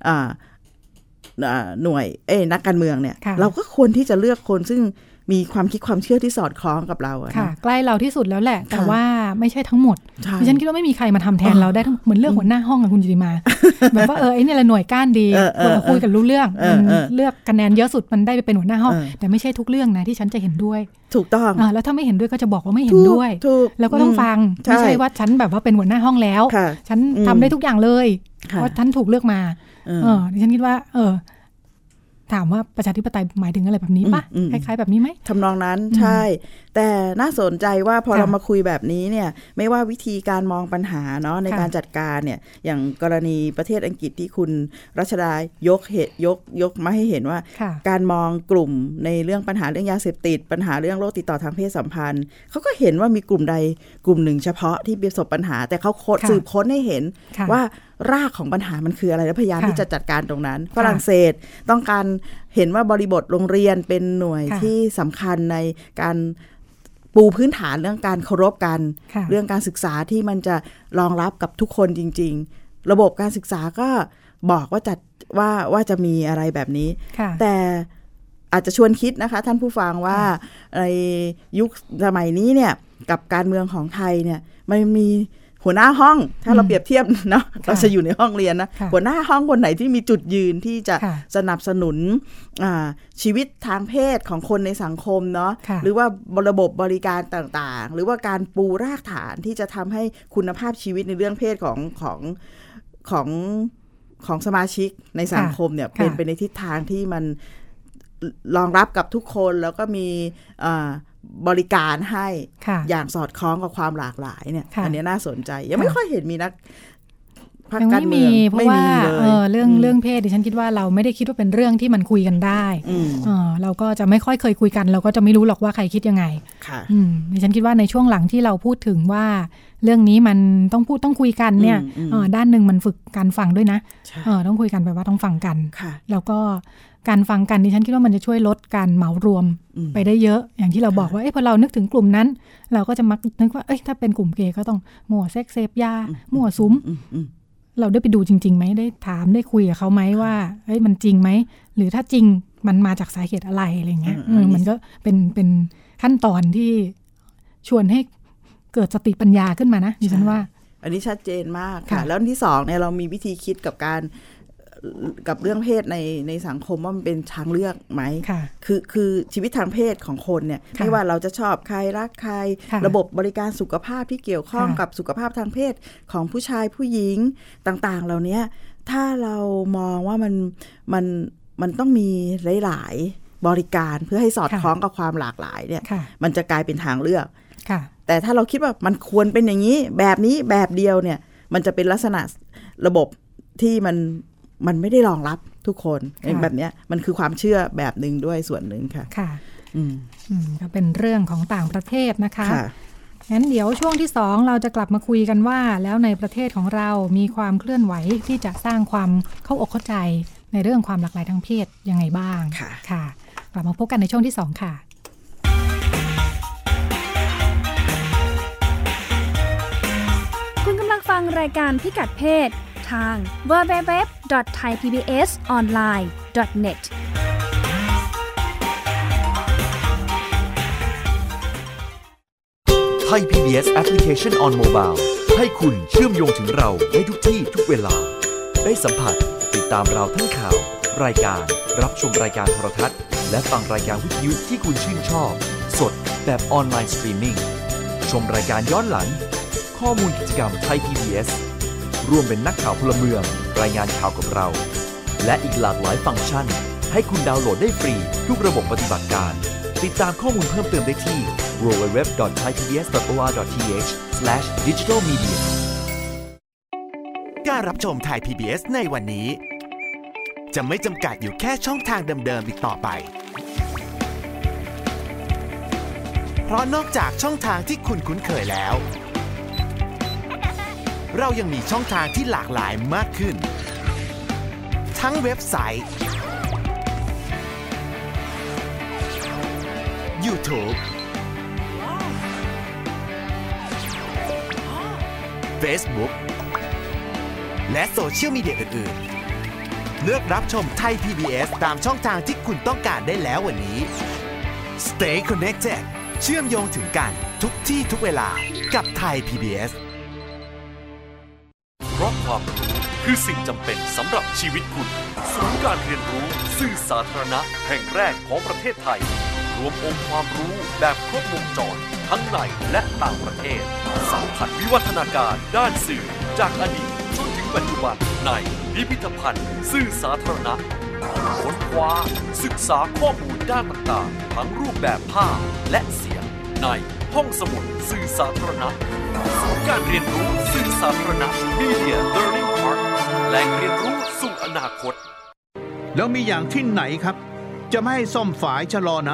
หน่วยเอ้นักการเมืองเนี่ยเราก็ควรที่จะเลือกคนซึ่งมีความคิดความเชื่อที่สอดคล้องกับเราอะค่ะใกล้เราที่สุดแล้วแหละแต่ว่าไม่ใช่ทั้งหมดดิฉันคิดว่าไม่มีใครมาทำแทนเราได้เหมือนเลือกหัวหน้าห้องอะคุณจิติมาแบบว่าเออไอ้นี่แหละหน่วยก้านดีคุยกันรู้เรื่องเลือกคะแนนเยอะสุดมันได้ไปเป็นหัวหน้าห้องแต่ไม่ใช่ทุกเรื่องนะที่ฉันจะเห็นด้วยถูกต้องแล้วถ้าไม่เห็นด้วยก็จะบอกว่าไม่เห็นด้วยแล้วก็ต้องฟังไม่ใช่ว่าฉันแบบว่าเป็นหัวหน้าห้องแล้วฉันทำได้ทุกอย่างเลยเพราะฉันถูกเลือกมาเออดิฉันคิดว่าเออถามว่าประชาธิปไตยหมายถึงอะไรแบบนี้ป่ะคล้ายๆแบบนี้ไหมทำนองนั้นใช่แต่น่าสนใจว่าพอเรามาคุยแบบนี้เนี่ยไม่ว่าวิธีการมองปัญหาเนาะในการจัดการเนี่ยอย่างกรณีประเทศอังกฤษที่คุณรัชดายกเหตุยกยกมาให้เห็นว่าการมองกลุ่มในเรื่องปัญหาเรื่องยาเสพติดปัญหาเรื่องโรคติดต่อทางเพศสัมพันธ์เขาก็เห็นว่ามีกลุ่มใดกลุ่มหนึ่งเฉพาะที่ประสบปัญหาแต่เขาสืบค้นให้เห็นว่ารากของปัญหามันคืออะไรและพยายามที่จะจัดการตรงนั้นฝรั่งเศสต้องการเห็นว่าบริบทโรงเรียนเป็นหน่วยที่สำคัญในการปูพื้นฐานเรื่องการเคารพกันเรื่องการศึกษาที่มันจะรองรับกับทุกคนจริงๆระบบการศึกษาก็บอกว่าจัดว่าว่าจะมีอะไรแบบนี้แต่อาจจะชวนคิดนะคะท่านผู้ฟังว่าในยุคสมัยนี้เนี่ยกับการเมืองของไทยเนี่ยมันมีหัวหน้าห้องถ้าเราเปรียบเทียบเนาะเราจะอยู่ในห้องเรียนนะหัวหน้าห้องคนไหนที่มีจุดยืนที่จะสนับสนุนชีวิตทางเพศของคนในสังคมเนาะหรือว่าระบบบริการต่างๆหรือว่าการปูรากฐานที่จะทำให้คุณภาพชีวิตในเรื่องเพศของของของของสมาชิกในสังคมเนี่ยเป็นไปในทิศทางที่มันรองรับกับทุกคนแล้วก็มีบริการให้อย่างสอดคล้องกับความหลากหลายเนี่ยอันนี้น่าสนใจยังไม่ค่อยเห็นมีนักพรรคการเมืองเพราะว่าเออเรื่องเรื่องเพศดิฉันคิดว่าเราไม่ได้คิดว่าเป็นเรื่องที่มันคุยกันได้เออเราก็จะไม่ค่อยเคยคุยกันเราก็จะไม่รู้หรอกว่าใครคิดยังไงอืมดิฉันคิดว่าในช่วงหลังที่เราพูดถึงว่าเรื่องนี้มันต้องพูดต้องคุยกันเนี่ยด้านนึงมันฝึกการฟังด้วยนะเออต้องคุยกันแปลว่าต้องฟังกันแล้วก็การฟังกันดิฉันคิดว่ามันจะช่วยลดการเหมารวมไปได้เยอะอย่างที่เราบอกว่าเอ้ยพอเรานึกถึงกลุ่มนั้นเราก็จะมักนึกว่าเอ้ยถ้าเป็นกลุ่มเกย์ก็ต้องมั่วเซ็กเสพยามั่วสุมเราได้ไปดูจริงๆไหมได้ถามได้คุยกับเขาไหมว่าเอ้ยมันจริงไหมหรือถ้าจริงมันมาจากสาเหตุอะไรอะไรเงี้ยมันก็เป็นเป็นขั้นตอนที่ชวนให้เกิดสติปัญญาขึ้นมานะดิฉันว่าอันนี้ชัดเจนมากค่ะแล้วที่สองเนี่ยเรามีวิธีคิดกับการกับเรื่องเพศในในสังคมว่ามันเป็นทางเลือกไหมคือคือชีวิตทางเพศของคนเนี่ยไม่ว่าเราจะชอบใครรักใครระบบบริการสุขภาพที่เกี่ยวข้องกับสุขภาพทางเพศของผู้ชายผู้หญิงต่างๆเหล่านี้ถ้าเรามองว่ามันมันมันต้องมีหลายๆบริการเพื่อให้สอดคล้องกับความหลากหลายเนี่ยมันจะกลายเป็นทางเลือกแต่ถ้าเราคิดว่ามันควรเป็นอย่างนี้แบบนี้แบบเดียวเนี่ยมันจะเป็นลักษณะระบบที่มันมันไม่ได้รองรับทุกคนแบบนี้มันคือความเชื่อแบบนึงด้วยส่วนหนึ่งค่ะค่ะอืมอืมก็เป็นเรื่องของต่างประเทศนะคะงั้นเดี๋ยวช่วงที่สองเราจะกลับมาคุยกันว่าแล้วในประเทศของเรามีความเคลื่อนไหวที่จะสร้างความเข้าอกเข้าใจในเรื่องความหลากหลายทางเพศยังไงบ้างค่ะค่ะกลับมาพบกันในช่วงที่สองค่ะคุณกำลังฟังรายการพิกัดเพศทาง ดับเบิลยู ดับเบิลยู ดับเบิลยู ดอท ไทย พี บี เอส ออนไลน์ ดอท เน็ตไทย พี บี เอส Application on Mobile ให้คุณเชื่อมโยงถึงเราได้ทุกที่ทุกเวลาได้สัมผัสติดตามเราทั้งข่าวรายการรับชมรายการโทรทัศน์และฟังรายการวิทยุที่คุณชื่นชอบสดแบบออนไลน์สตรีมมิ่งชมรายการย้อนหลังข้อมูลกิจกรรมไทย พี บี เอส ร่วมเป็นนักข่าวพลเมืองรายงานข่าวกับเราและอีกหลากหลายฟังก์ชันให้คุณดาวน์โหลดได้ฟรีทุกระบบปฏิบัติการติดตามข้อมูลเพิ่มเติมได้ที่ ดับเบิลยู ดับเบิลยู ดับเบิลยู ดอท ไทย พี บี เอส ดอท โอ อาร์ ดอท ที เอช สแลช ดิจิทัล มีเดียการรับชมไทย พี บี เอส ในวันนี้จะไม่จำกัดอยู่แค่ช่องทางเดิมๆอีกต่อไปเพราะนอกจากช่องทางที่คุณคุ้นเคยแล้วเรายังมีช่องทางที่หลากหลายมากขึ้นทั้งเว็บไซต์ YouTube Facebook และโซเชียลมีเดียอื่นๆเลือกรับชมไทย พี บี เอส ตามช่องทางที่คุณต้องการได้แล้ววันนี้ Stay connected เชื่อมโยงถึงกันทุกที่ทุกเวลากับไทย พี บี เอสเพราะความรู้คือสิ่งจำเป็นสำหรับชีวิตคุณศูนย์การเรียนรู้สื่อสาธารณะแห่งแรกของประเทศไทยรวมองค์ความรู้แบบครบวงจรทั้งในและต่างประเทศสัมผัสวิวัฒนาการด้านสื่อจากอดีตจนถึงปัจจุบันในพิพิธภัณฑ์สื่อสาธารณะค้นคว้าศึกษาข้อมูลด้านต่างๆทั้งรูปแบบภาพและเสียงในห้องสมุดสื่อสาธารณะศูนย์การเรียนรู้สื่อสาธารณะ Media Learning Park แหล่งเรียนรู้สู่อนาคตแล้วมีอย่างที่ไหนครับจะไม่ให้ซ่อมฝายชะลอน้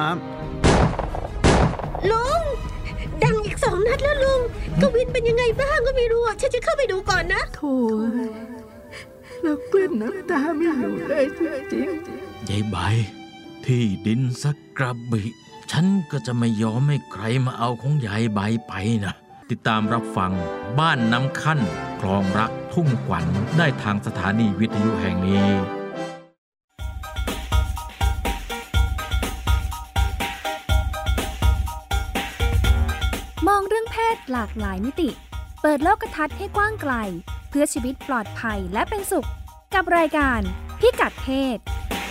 ำลุงดังอีกสองนัดแล้วลุงกวินเป็นยังไงบ้างก็ไม่รู้ฉันจะเข้าไปดูก่อนนะโธ่แล้วกลืนน้ำตาไม่อยู่เลยจริงๆยายใบที่ดินสักกระบิฉันก็จะไม่ยอมให้ใครมาเอาของยายใบไปนะติดตามรับฟังบ้านน้ำคั่นคลองรักทุ่งขวัญได้ทางสถานีวิทยุแห่งนี้มองเรื่องเพศหลากหลายมิติเปิดโลกทัศน์ให้กว้างไกลเพื่อชีวิตปลอดภัยและเป็นสุขกับรายการพิกัดเพศ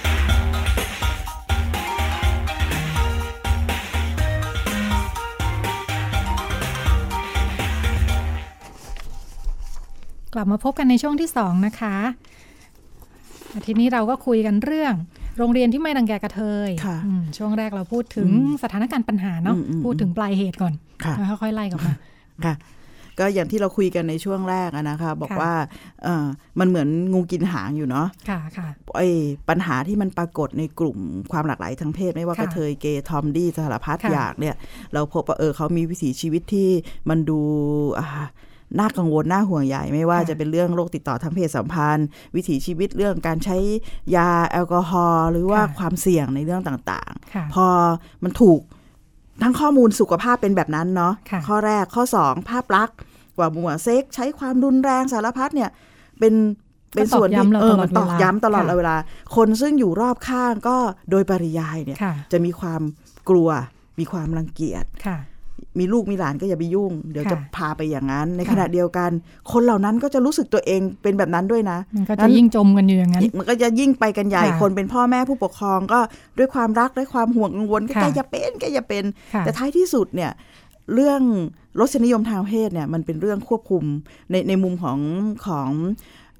กลับมาพบกันในช่วงที่สองนะคะทีนี้เราก็คุยกันเรื่องโรงเรียนที่ไม่รังแกกระเทยช่วงแรกเราพูดถึงสถานการณ์ปัญหาเนาะพูดถึงปลายเหตุก่อนแล้วค่อยไล่กลับมาค่ะก็อย่างที่เราคุยกันในช่วงแรกนะคะบอกว่ามันเหมือนงูกินหางอยู่เนาะค่ะค่ะไอ้ปัญหาที่มันปรากฏในกลุ่มความหลากหลายทางเพศไม่ว่ากระเทยเกย์ทอมดี้สารพัดอย่างเนี่ยเราพบว่าเออเขามีวิถีชีวิตที่มันดูน่ากังวลน่าห่วงใยไม่ว่าจะเป็นเรื่องโรคติดต่อทางเพศสัมพันธ์วิถีชีวิตเรื่องการใช้ยาแอลกอฮอล์หรือว่าความเสี่ยงในเรื่องต่างๆพอมันถูกทั้งข้อมูลสุขภาพเป็นแบบนั้นเนาะข้อแรกข้อสองภาพลักษณ์กว่าหมู่เซ็กใช้ความรุนแรงสารพัดเนี่ยเป็นเป็นส่วนที่เออมันตอกย้ำตลอดเวลาคนซึ่งอยู่รอบข้างก็โดยปริยายเนี่ยจะมีความกลัวมีความรังเกียจมีลูกมีหลานก็อย่าไปยุ่งเดี๋ยวจะพาไปอย่างนั้นในขณะเดียวกันคนเหล่านั้นก็จะรู้สึกตัวเองเป็นแบบนั้นด้วยนะมันก็จะยิ่งจมกันอยู่อย่างนั้นมันก็จะยิ่งไปกันใหญ่คนเป็นพ่อแม่ผู้ปกครองก็ด้วยความรักด้วยความห่วงกังวลก็แกอย่าเป็นแกอย่าเป็นแต่ท้ายที่สุดเนี่ยเรื่องรสนิยมทางเพศเนี่ยมันเป็นเรื่องควบคุมในในมุมของของ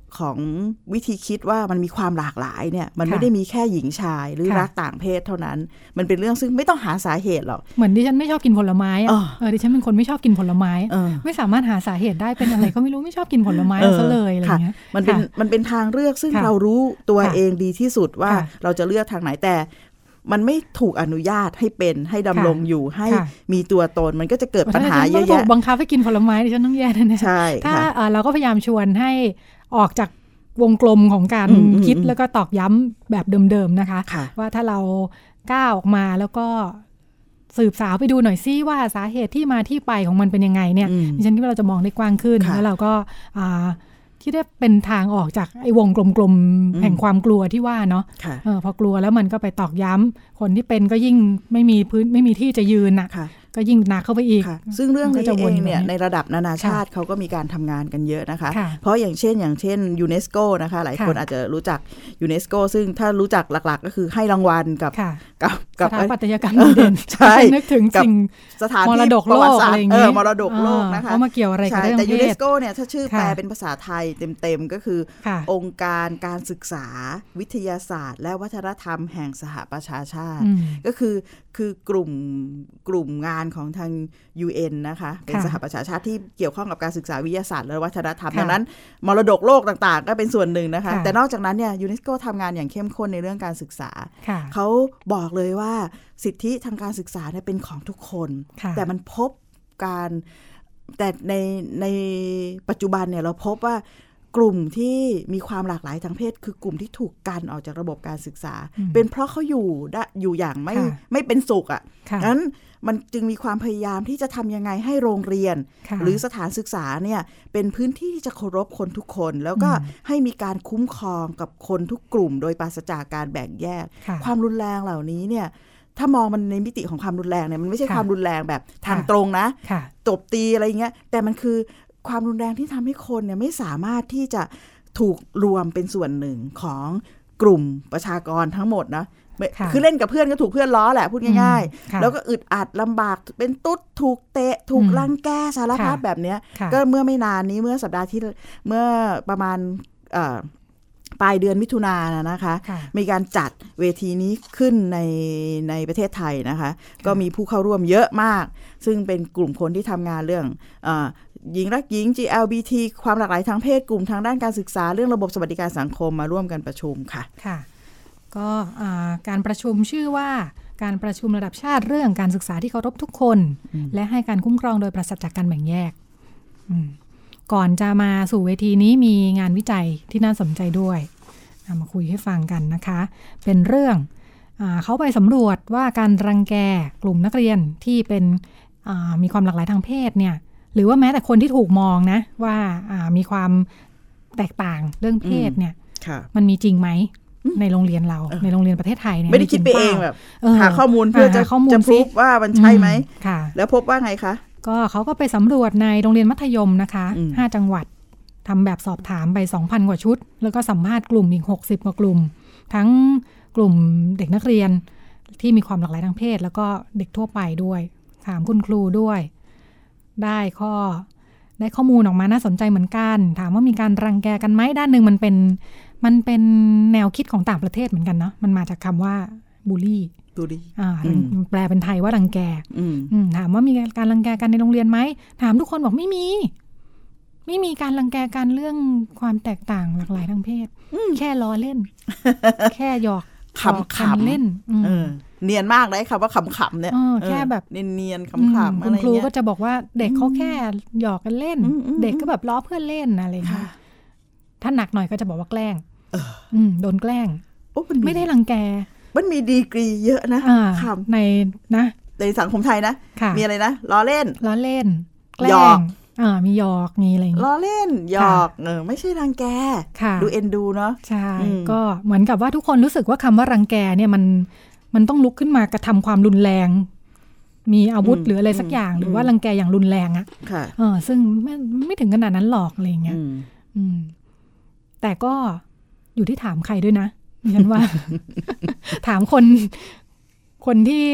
ของวิธีคิดว่ามันมีความหลากหลายเนี่ยมันไม่ได้มีแค่หญิงชายหรือรักต่างเพศเท่านั้นมันเป็นเรื่องซึ่งไม่ต้องหาสาเหตุหรอกเหมือนดิฉันไม่ชอบกินผลไม้อ่ะเออดิฉันเป็นคนไม่ชอบกินผลไม้ไม่สามารถหาสาเหตุได้เป็นอะไรก็ไม่รู้ไม่ชอบกินผลไม้ซะเลยอะไรเงี้ยมันเป็นมันเป็นทางเลือกซึ่งเรารู้ตัวเองดีที่สุดว่าเราจะเลือกทางไหนแต่มันไม่ถูกอนุญาตให้เป็นให้ดำรงอยู่ให้มีตัวตนมันก็จะเกิดปัญหาเยอะแยะบังคับให้กินผลไม้ดิฉันต้องแย่แน่ๆใช่ถ้าเราก็พยายามชวนให้ออกจากวงกลมของการคิดแล้วก็ตอกย้ำแบบเดิมๆนะคะว่าถ้าเราก้าวออกมาแล้วก็สืบสาวไปดูหน่อยซิว่าสาเหตุที่มาที่ไปของมันเป็นยังไงเนี่ยดิฉันคิดว่าเราจะมองได้กว้างขึ้นแล้วเราก็ที่ได้เป็นทางออกจากไอ้วงกลมๆแห่งความกลัวที่ว่าเนาะเออพอกลัวแล้วมันก็ไปตอกย้ำคนที่เป็นก็ยิ่งไม่มีพื้นไม่มีที่จะยืนน่ะก็ยิ่งหนักเข้าไปอีกซึ่งเรื่องนี้เองเนี่ยในระดับนานาชาติเขาก็มีการทำงานกันเยอะนะคะเพราะอย่างเช่นอย่างเช่นยูเนสโกนะคะหลายคนอาจจะรู้จักยูเนสโกซึ่งถ้ารู้จักหลักๆก็คือให้รางวัลกับกับกับสถาปัตยกรรมดีเด่นใช่นึกถึงสิ่งสถานที่มรดกโลกอะไรอย่างเงี้ยมรดกโลกนะคะเขามาเกี่ยวอะไรกับเรื่องแต่ยูเนสโกเนี่ยถ้าชื่อแปลเป็นภาษาไทยเต็มๆก็คือองค์การการศึกษาวิทยาศาสตร์และวัฒนธรรมแห่งสหประชาชาติก็คือคือกลุ่มกลุ่มงานของทาง ยู เอ็น นะคะเป็นสหประชาชาติที่เกี่ยวข้องกับการศึกษาวิทยาศาสตร์และวัฒนธรรมดังนั้นมรดกโลกต่างๆก็เป็นส่วนหนึ่งนะคะแต่นอกจากนั้นเนี่ยยูเนสโกทำงานอย่างเข้มข้นในเรื่องการศึกษาเขาบอกเลยว่าสิทธิทางการศึกษาเนี่ยเป็นของทุกคนแต่มันพบการแต่ในในปัจจุบันเนี่ยเราพบว่ากลุ่มที่มีความหลากหลายทางเพศคือกลุ่มที่ถูกกันออกจากระบบการศึกษาเป็นเพราะเขาอยู่ได้อยู่อย่างไม่ไม่เป็นสุขอ่ะงั้นมันจึงมีความพยายามที่จะทำยังไงให้โรงเรียนหรือสถานศึกษาเนี่ยเป็นพื้นที่ที่จะเคารพคนทุกคนแล้วก็ให้มีการคุ้มครองกับคนทุกกลุ่มโดยปราศจากการแบ่งแยกความรุนแรงเหล่านี้เนี่ยถ้ามองมันในมิติของความรุนแรงเนี่ยมันไม่ใช่ความรุนแรงแบบทางตรงนะตบตีอะไรเงี้ยแต่มันคือความรุนแรงที่ทำให้คนเนี่ยไม่สามารถที่จะถูกรวมเป็นส่วนหนึ่งของกลุ่มประชากรทั้งหมดนะคือเล่นกับเพื่อนก็ถูกเพื่อนล้อแหละพูดง่ายๆแล้วก็อึดอัดลำบากเป็นตุ๊ดถูกเตะถูกรังแกสารพัดแบบนี้ก็เมื่อไม่นานนี้เมื่อสัปดาห์ที่เมื่อประมาณปลายเดือนมิถุนายนนะคะมีการจัดเวทีนี้ขึ้นในในประเทศไทยนะคะก็มีผู้เข้าร่วมเยอะมากซึ่งเป็นกลุ่มคนที่ทำงานเรื่องหญิงรักหญิง จี แอล บี ที ความหลากหลายทางเพศกลุ่มทางด้านการศึกษาเรื่องระบบสวัสดิการสังคมมาร่วมกันประชุมค่ะค่ะก็การประชุมชื่อว่าการประชุมระดับชาติเรื่องการศึกษาที่เคารพทุกคนและให้การคุ้มครองโดยปราศจากการแบ่งแยกก่อนจะมาสู่เวทีนี้มีงานวิจัยที่น่าสนใจด้วยมาคุยให้ฟังกันนะคะเป็นเรื่องเขาไปสำรวจว่าการรังแกกลุ่มนักเรียนที่เป็นมีความหลากหลายทางเพศเนี่ยหรือว่าแม้แต่คนที่ถูกมองนะว่ามีความแตกต่างเรื่องเพศเนี่ยมันมีจริงไหมในโรงเรียนเราในโรงเรียนประเทศไทยเนี่ยไม่ได้คิดไปเองแบบหาข้อมูลเพื่อจะจะพบว่ามันใช่ไหมแล้วพบว่าไงคะก็เขาก็ไปสำรวจในโรงเรียนมัธยมนะคะห้าจังหวัดทำแบบสอบถามไป สองพัน กว่าชุดแล้วก็สัมภาษณ์กลุ่มอีกหกสิบกว่ากลุ่มทั้งกลุ่มเด็กนักเรียนที่มีความหลากหลายทางเพศแล้วก็เด็กทั่วไปด้วยถามคุณครูด้วยได้ข้อได้ข้อมูลออกมาน่าสนใจเหมือนกันถามว่ามีการรังแกกันไหมด้านหนึ่งมันเป็นมันเป็นแนวคิดของต่างประเทศเหมือนกันเนาะมันมาจากคำว่าบูลลี่บูลลี่อ่าแปลเป็นไทยว่ารังแกถามว่ามีการรังแกกันในโรงเรียนไหมถามทุกคนบอกไม่มีไม่มีการรังแกกันเรื่องความแตกต่างหลากหลายทางเพศแค่ล้อเล่น แค่หยอกขำๆเล่นเนียนมากเลยค่ะว่าขำๆเนี่ยแค่แบบเนียนๆขำๆอะไรเงี้ยคุณครูก็จะบอกว่าเด็กเขาแค่หยอกกันเล่นเด็กก็แบบล้อเพื่อนเล่นอะไรเงี้ยถ้าหนักหน่อยก็จะบอกว่าแกล้งโดนแกล้งไม่ได้รังแกมันมีดีกรีเยอะนะในนะในสังคมไทยนะมีอะไรนะล้อเล่นล้อเล่นแกล้งอ่ามีหยอกมีอะไรล้อเล่นหยอกเออไม่ใช่รังแกดูเอ็นดูเนาะใช่ก็เหมือนกับว่าทุกคนรู้สึกว่าคำว่ารังแกเนี่ยมันมันต้องลุกขึ้นมากระทำความรุนแรงมีอาวุธหรืออะไรสักอย่างหรือว่ารังแกอย่างรุนแรงอ่ะเออซึ่งไม่ไม่ถึงขนาดนั้นหรอกอะไรเงี้ยแต่ก็อยู่ที่ถามใครด้วยนะฉันว่า ถามคนคนที่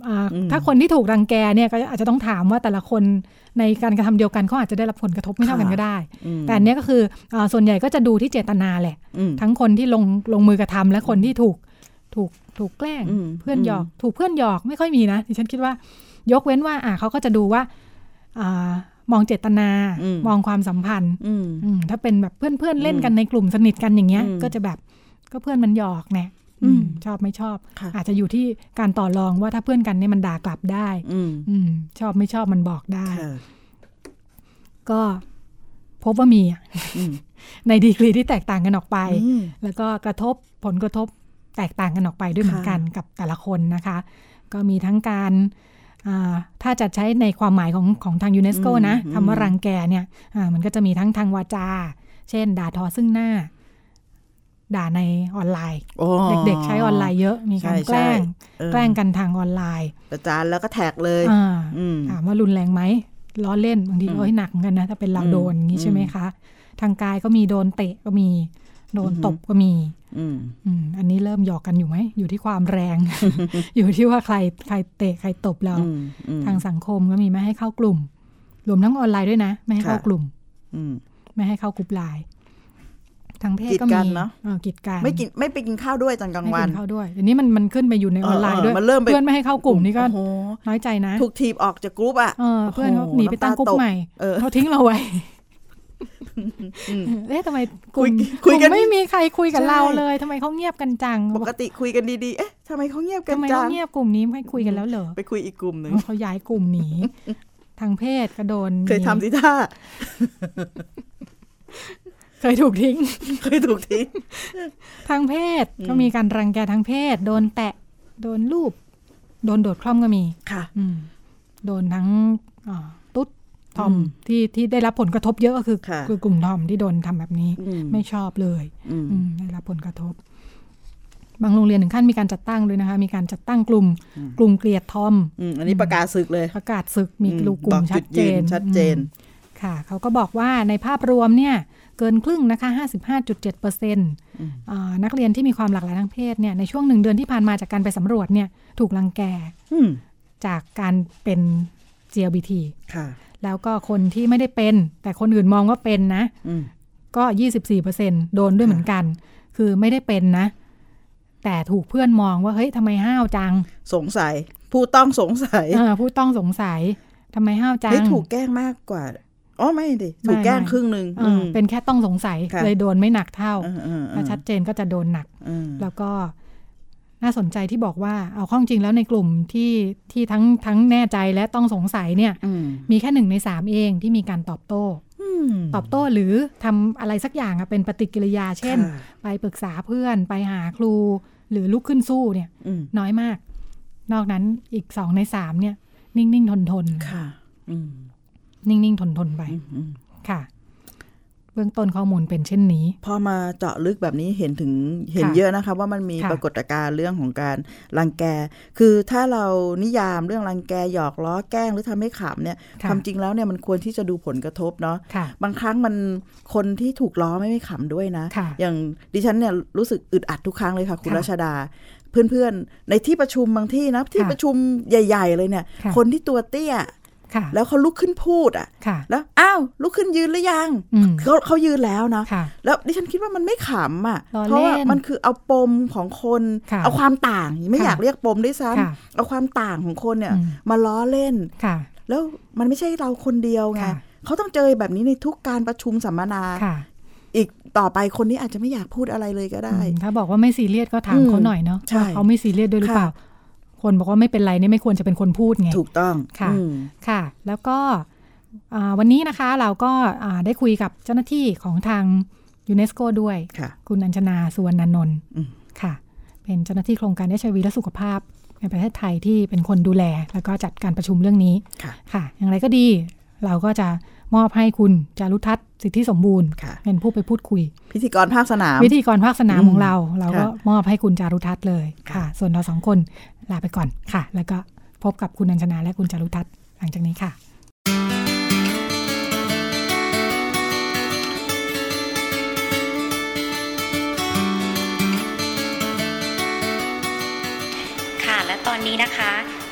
ถ้าคนที่ถูกรังแกเนี่ยก็อาจจะต้องถามว่าแต่ละคนในการกระทำเดียวกันเขาอาจจะได้รับผลกระทบไม่เท่ากันก็ได้แต่อันนี้ก็คือส่วนใหญ่ก็จะดูที่เจตนาแหละทั้งคนที่ลงลงมือกระทำและคนที่ถูกถูกถูกแกล้งเพื่อนหยอกถูกเพื่อนหยอกไม่ค่อยมีนะดิฉันคิดว่ายกเว้นว่าอ่าเขาก็จะดูว่าอ่ามองเจตนามองความสัมพันธ์ถ้าเป็นแบบเพื่อนๆเล่นกันในกลุ่มสนิทกันอย่างเงี้ยก็จะแบบก็เพื่อนมันหยอกเนี่ยชอบไม่ชอบอาจจะอยู่ที่การต่อรองว่าถ้าเพื่อนกันเนี่ยมันด่ากลับได้ชอบไม่ชอบมันบอกได้ก็พบว่ามีในดีกรีที่แตกต่างกันออกไปแล้วก็กระทบผลกระทบแตกต่างกันออกไปด้วยเหมือนกันกับแต่ละคนนะคะก็มีทั้งการถ้าจะใช้ในความหมายของของทางยูเนสโกนะคำว่ารังแกเนี่ยมันก็จะมีทั้งทางวาจาเช่นด่าทอซึ่งหน้าด่าในออนไลน์เด็กๆใช้ออนไลน์เยอะมีการแกล้งแกล้งกันทางออนไลน์ประจานแล้วก็แท็กเลยถามว่ารุนแรงไหมล้อเล่นบางทีก็ให้หนักเหมือนกันนะถ้าเป็นเราโดนอย่างนี้ใช่ไหมคะทางกายก็มีโดนเตะก็มีโดนตบก็มีอันนี้เริ่มหยอกกันอยู่ไหมอยู่ที่ความแรง อยู่ที่ว่าใครใครเตะใครตบเราทางสังคมก็มีไม่ให้เข้ากลุ่มรวมทั้งออนไลน์ด้วยนะไม่ให้เข้ากลุ่มไม่ให้เข้ากลุ่มไลน์ทางเพศก็มีเนาะกีดกันไม่กินไม่ไปกินข้าวด้วยตอนกลางวันไม่กินข้าวด้วยทีนี้มันมันขึ้นไปอยู่ในออนไลน์ด้วยเพื่อนไม่ให้เข้ากลุ่มนี่ก็น้อยใจนะถูกทีบออกจากกลุ่มอ่ะเพื่อนเขาหนีไปตั้งกลุ่มใหม่เขาทิ้งเราไว้เอ๊ะทำไมกลุ่มคุยกันไม่มีใครคุยกับเราเลยทำไมเขาเงียบกันจังปกติคุยกันดีๆเอ๊ะทำไมเขาเงียบกันจังทำไมเขาเงียบกลุ่มนี้ไม่คุยกันแล้วเหรอไปคุยอีกกลุ่มนึงเขาย้ายกลุ่มหนีทางเพศก็โดนเคยทำสิท่าเคยถูกทิ้งเคยถูกทิ้งทางเพศก็มีการรังแกทางเพศโดนแตะโดนลูบโดนโดดคล่อมก็มีค่ะโดนทั้งตุ๊ดทอมที่ที่ได้รับผลกระทบเยอะก็คือคือกลุ่มทอมที่โดนทำแบบนี้ไม่ชอบเลยได้รับผลกระทบบางโรงเรียนถึงขั้นมีการจัดตั้งด้วยนะคะมีการจัดตั้งกลุ่มกลุ่มเกลียดทอมอันนี้ประกาศศึกเลยประกาศศึกมีกลุ่มชัดเจนชัดเจนค่ะเขาก็บอกว่าในภาพรวมเนี่ยเกินครึ่งนะคะ ห้าสิบห้าจุดเจ็ดเปอร์เซ็นต์ นักเรียนที่มีความหลากหลายทางเพศเนี่ยในช่วงหนึ่งเดือนที่ผ่านมาจากการไปสำรวจเนี่ยถูกรังแกจากการเป็น จี แอล บี ทีค่ะแล้วก็คนที่ไม่ได้เป็นแต่คนอื่นมองว่าเป็นนะก็ ยี่สิบสี่เปอร์เซ็นต์ โดนด้วยเหมือนกันคือไม่ได้เป็นนะแต่ถูกเพื่อนมองว่าเฮ้ยทำไมห้าวจังสงสัยผู้ต้องสงสัยผู้ต้องสงสัยทำไมห้าวจังถูกแกล้งมากกว่าอ๋อไม่ดิถูกแกล้งครึ่งนึงเป็นแค่ต้องสงสัยเลยโดนไม่หนักเท่าถ้าชัดเจนก็จะโดนหนักแล้วก็น่าสนใจที่บอกว่าเอาข้อจริงแล้วในกลุ่มที่ที่ทั้งทั้งแน่ใจและต้องสงสัยเนี่ยมีแค่หนึ่งในสามเองที่มีการตอบโต้ตอบโต้หรือทำอะไรสักอย่างเป็นปฏิกิริยาเช่นไปปรึกษาเพื่อนไปหาครูหรือลุกขึ้นสู้เนี่ยน้อยมากนอกนั้นอีกสองในสามเนี่ยนิ่งๆทนๆค่ะนิ่งๆทนๆไปค่ะเบื้องต้นข้อมูลเป็นเช่นนี้พอมาเจาะลึกแบบนี้เห็นถึงเห็นเยอะนะคะว่ามันมีปรากฏการณ์เรื่องของการรังแกคือถ้าเรานิยามเรื่องรังแกหยอกล้อแกล้งหรือทำให้ขำเนี่ยความจริงแล้วเนี่ยมันควรที่จะดูผลกระทบเนาะบางครั้งมันคนที่ถูกล้อไม่ไม่ขำด้วยนะอย่างดิฉันเนี่ยรู้สึกอึดอัดทุกครั้งเลยค่ะคุณรัชดาเพื่อนๆในที่ประชุมบางที่นะที่ประชุมใหญ่ๆเลยเนี่ยคนที่ตัวเตี้ยแล้วเขาลุกขึ้นพูดอ่ะแล้วอ้าวลุกขึ้นยืนหรือยังเขาเขายืนแล้วนะแล้วดิฉันคิดว่ามันไม่ขำอ่ะเพราะว่ามันคือเอาปมของคนเอาความต่างไม่อยากเรียกปมด้วยซ้ำเอาความต่างของคนเนี่ยมาล้อเล่นแล้วมันไม่ใช่เราคนเดียวไงเขาต้องเจอแบบนี้ในทุกการประชุมสัมมนาอีกต่อไปคนนี้อาจจะไม่อยากพูดอะไรเลยก็ได้ถ้าบอกว่าไม่ซีเรียสก็ถามเขาหน่อยเนาะเขาไม่ซีเรียสด้วยหรือเปล่าคนบอกว่าไม่เป็นไรนี่ไม่ควรจะเป็นคนพูดไงถูกต้องค่ะค่ะแล้วก็วันนี้นะคะเราก็ได้คุยกับเจ้าหน้าที่ของทางยูเนสโกด้วยคุณอัญชนาสุวรรณนนท์ค่ะเป็นเจ้าหน้าที่โครงการ เอช ไอ วี และสุขภาพในประเทศไทยที่เป็นคนดูแลแล้วก็จัดการประชุมเรื่องนี้ค่ะอย่างไรก็ดีเราก็จะมอบให้คุณจารุทัศน์สิทธิสมบูรณ์เป็นผู้ไปพูดคุยพิธีกรภาคสนามพิธีกรภาคสนามของเราเราก็มอบให้คุณจารุทัศน์เลยค่ะส่วนเราสองคนลาไปก่อนค่ะแล้วก็พบกับคุณอัญชนาและคุณจารุทัศน์หลังจากนี้ค่ะค่ะและตอนนี้นะคะค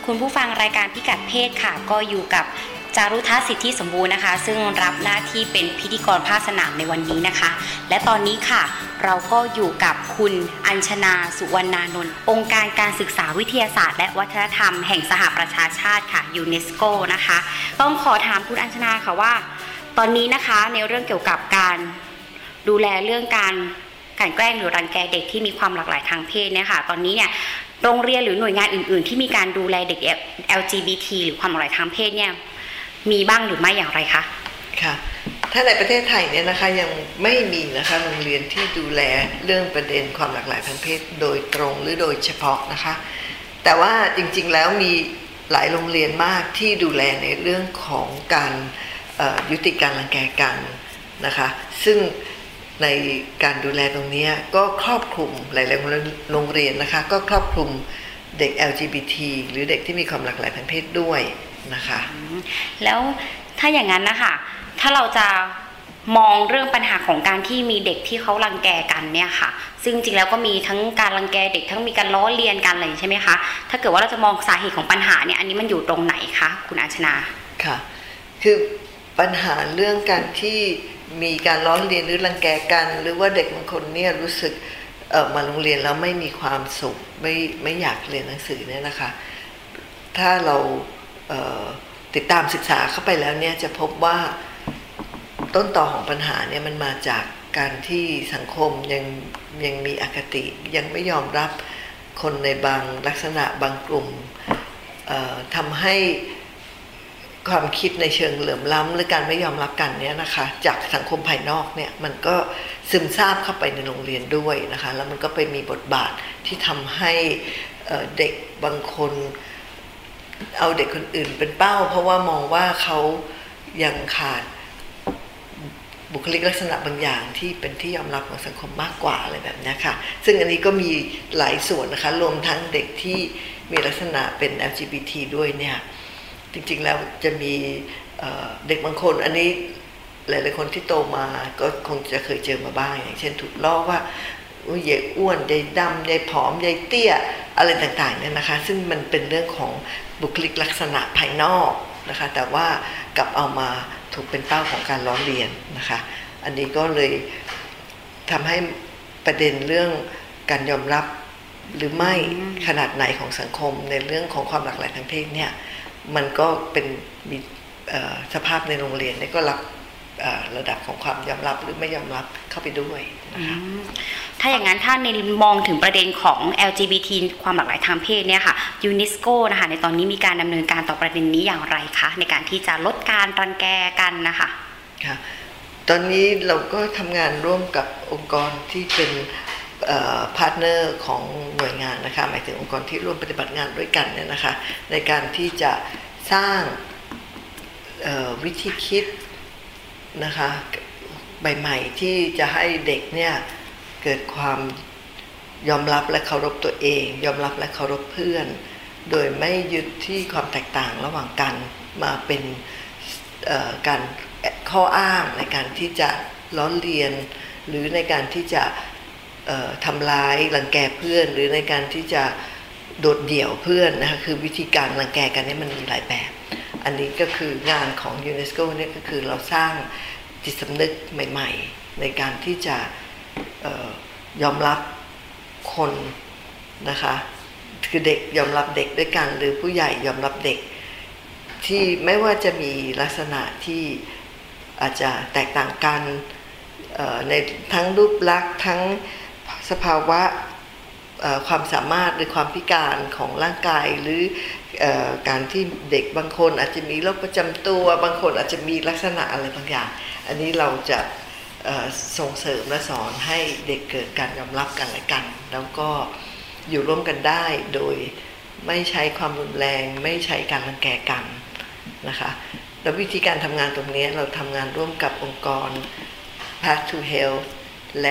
คุณผู้ฟังรายการพิกัดเพศค่ะก็อยู่กับจารุทัศน์สิทธิสมบูรณ์นะคะซึ่งรับหน้าที่เป็นพิธีกรภาคสนามในวันนี้นะคะและตอนนี้ค่ะเราก็อยู่กับคุณอัญชนาสุวรรณานนท์องค์การการศึกษาวิทยาศาสตร์และวัฒนธรรมแห่งสหประชาชาติค่ะยูเนสโกนะคะต้องขอถามคุณอัญชนาค่ะว่าตอนนี้นะคะในเรื่องเกี่ยวกับการดูแลเรื่องการกลั่นแกล้งหรือรังแกเด็กที่มีความหลากหลายทางเพศเนี่ยค่ะตอนนี้เนี่ยโรงเรียนหรือหน่วยงานอื่นๆที่มีการดูแลเด็ก แอล จี บี ที หรือความหลากหลายทางเพศเนี่ยมีบ้างหรือไม่อย่างไรคะค่ะถ้าในประเทศไทยเนี่ยนะคะยังไม่มีนะคะโรงเรียนที่ดูแลเรื่องประเด็นความหลากหลายทางเพศโดยตรงหรือโดยเฉพาะนะคะแต่ว่าจริงๆแล้วมีหลายโรงเรียนมากที่ดูแลในเรื่องของการยุติการรังแกกันนะคะซึ่งในการดูแลตรงนี้ก็ครอบคลุมหลายๆโรงเรียนนะคะก็ครอบคลุมเด็ก แอล จี บี ที หรือเด็กที่มีความหลากหลายทางเพศด้วยนะคะแล้วถ้าอย่างนั้นนะคะถ้าเราจะมองเรื่องปัญหาของการที่มีเด็กที่เขารังแกกันเนี่ยค่ะซึ่งจริงแล้วก็มีทั้งการรังแกเด็กทั้งมีการล้อเลียนกันอะไรใช่ไหมคะถ้าเกิดว่าเราจะมองสาเหตุของปัญหาเนี่ยอันนี้มันอยู่ตรงไหนคะคุณอัญชนาค่ะคือปัญหาเรื่องการที่มีการล้อเลียนหรือรังแกกันหรือว่าเด็กบางคนเนี่ยรู้สึกเอ่อมาโรงเรียนแล้วไม่มีความสุขไม่ไม่อยากเรียนหนังสือเนี่ยนะคะถ้าเราเอ่อติดตามศึกษาเข้าไปแล้วเนี่ยจะพบว่าต้นตอของปัญหาเนี่ยมันมาจากการที่สังคมยังยังมีอคติยังไม่ยอมรับคนในบางลักษณะบางกลุ่มทำให้ความคิดในเชิงเหลื่อมล้ำหรือการไม่ยอมรับกันเนี่ยนะคะจากสังคมภายนอกเนี่ยมันก็ซึมซาบเข้าไปในโรงเรียนด้วยนะคะแล้วมันก็ไปมีบทบาทที่ทำให้เด็กบางคนเอาเด็กคนอื่นเป็นเป้าเพราะว่ามองว่าเขายังขาดบุคลิกลักษณะบางอย่างที่เป็นที่ยอมรับของสังคมมากกว่าอะไรแบบนี้ค่ะซึ่งอันนี้ก็มีหลายส่วนนะคะรวมทั้งเด็กที่มีลักษณะเป็น แอล จี บี ที ด้วยเนี่ยจริงๆแล้วจะมีเด็กบางคนอันนี้หลายๆคนที่โตมาก็คงจะเคยเจอมาบ้างอย่างเช่นถูกล้อว่าอุ้ยใหญ่อ้วนใหญ่ดำใหญ่ผอมใหญ่เตี้ยอะไรต่างๆเนี่ยนะคะซึ่งมันเป็นเรื่องของบุคลิกลักษณะภายนอกนะคะแต่ว่ากลับเอามาถูกเป็นเป้าของการล้อเลียนนะคะอันนี้ก็เลยทำให้ประเด็นเรื่องการยอมรับหรือไม่ขนาดไหนของสังคมในเรื่องของความหลากหลายทางเพศเนี่ยมันก็เป็นมีสภาพในโรงเรียนนี่ก็รับระดับของความยอมรับหรือไม่ยอมรับเข้าไปด้วยนะคะถ้าอย่างนั้นถ้าในมองถึงประเด็นของ แอล จี บี ที ความหลากหลายทางเพศเนี่ยค่ะยูเนสโกนะคะในตอนนี้มีการดำเนินการต่อประเด็นนี้อย่างไรคะในการที่จะลดการรังแกกันนะคะค่ะตอนนี้เราก็ทำงานร่วมกับองค์กรที่เป็นพาร์ทเนอร์ของหน่วยงานนะคะหมายถึงองค์กรที่ร่วมปฏิบัติงานด้วยกันเนี่ยนะคะในการที่จะสร้างวิธีคิดนะคะใหม่ๆที่จะให้เด็กเนี่ยเกิดความยอมรับและเคารพตัวเองยอมรับและเคารพเพื่อนโดยไม่ยึดที่ความแตกต่างระหว่างกันมาเป็นการข้ออ้างในการที่จะล้อเลียนหรือในการที่จะทำร้ายรังแกเพื่อนหรือในการที่จะโดดเดี่ยวเพื่อนนะคะคือวิธีการรังแกกันนี่มันมีหลายแบบอันนี้ก็คืองานของยูเนสโกเนี่ยก็คือเราสร้างจิตสำนึกใหม่ๆในการที่จะยอมรับคนนะคะคือเด็กยอมรับเด็กด้วยกันหรือผู้ใหญ่ยอมรับเด็กที่ไม่ว่าจะมีลักษณะที่อาจจะแตกต่างกันในทั้งรูปลักษณ์ทั้งสภาวะความสามารถหรือความพิการของร่างกายหรือการที่เด็กบางคนอาจจะมีโรคประจำตัวบางคนอาจจะมีลักษณะอะไรบางอย่างอันนี้เราจะส่งเสริมและสอนให้เด็กเกิดการยอมรับกันและกันแล้วก็อยู่ร่วมกันได้โดยไม่ใช้ความรุนแรงไม่ใช้การรังแกกันนะคะแล้ววิธีการทำงานตรงนี้เราทำงานร่วมกับองค์กร Path to Health และ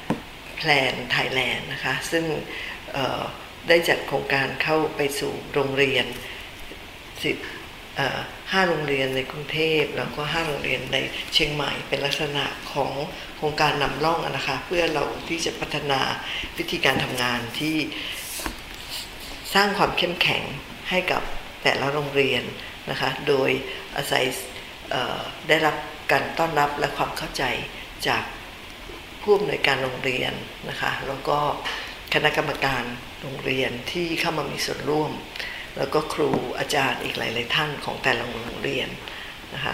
Plan Thailand นะคะซึ่งได้จัดโครงการเข้าไปสู่โรงเรียนสิบห้าโรงเรียนในกรุงเทพแล้วก็ห้าโรงเรียนในเชียงใหม่เป็นลักษณะของโครงการนำร่องนะคะเพื่อเราที่จะพัฒนาวิธีการทำงานที่สร้างความเข้มแข็งให้กับแต่ละโรงเรียนนะคะโดยอาศัยได้รับการต้อนรับและความเข้าใจจากผู้อำนวยการโรงเรียนนะคะแล้วก็คณะกรรมการโรงเรียนที่เข้ามามีส่วนร่วมแล้วก็ครูอาจารย์อีกหลายๆท่านของแต่ละโรงเรียนนะคะ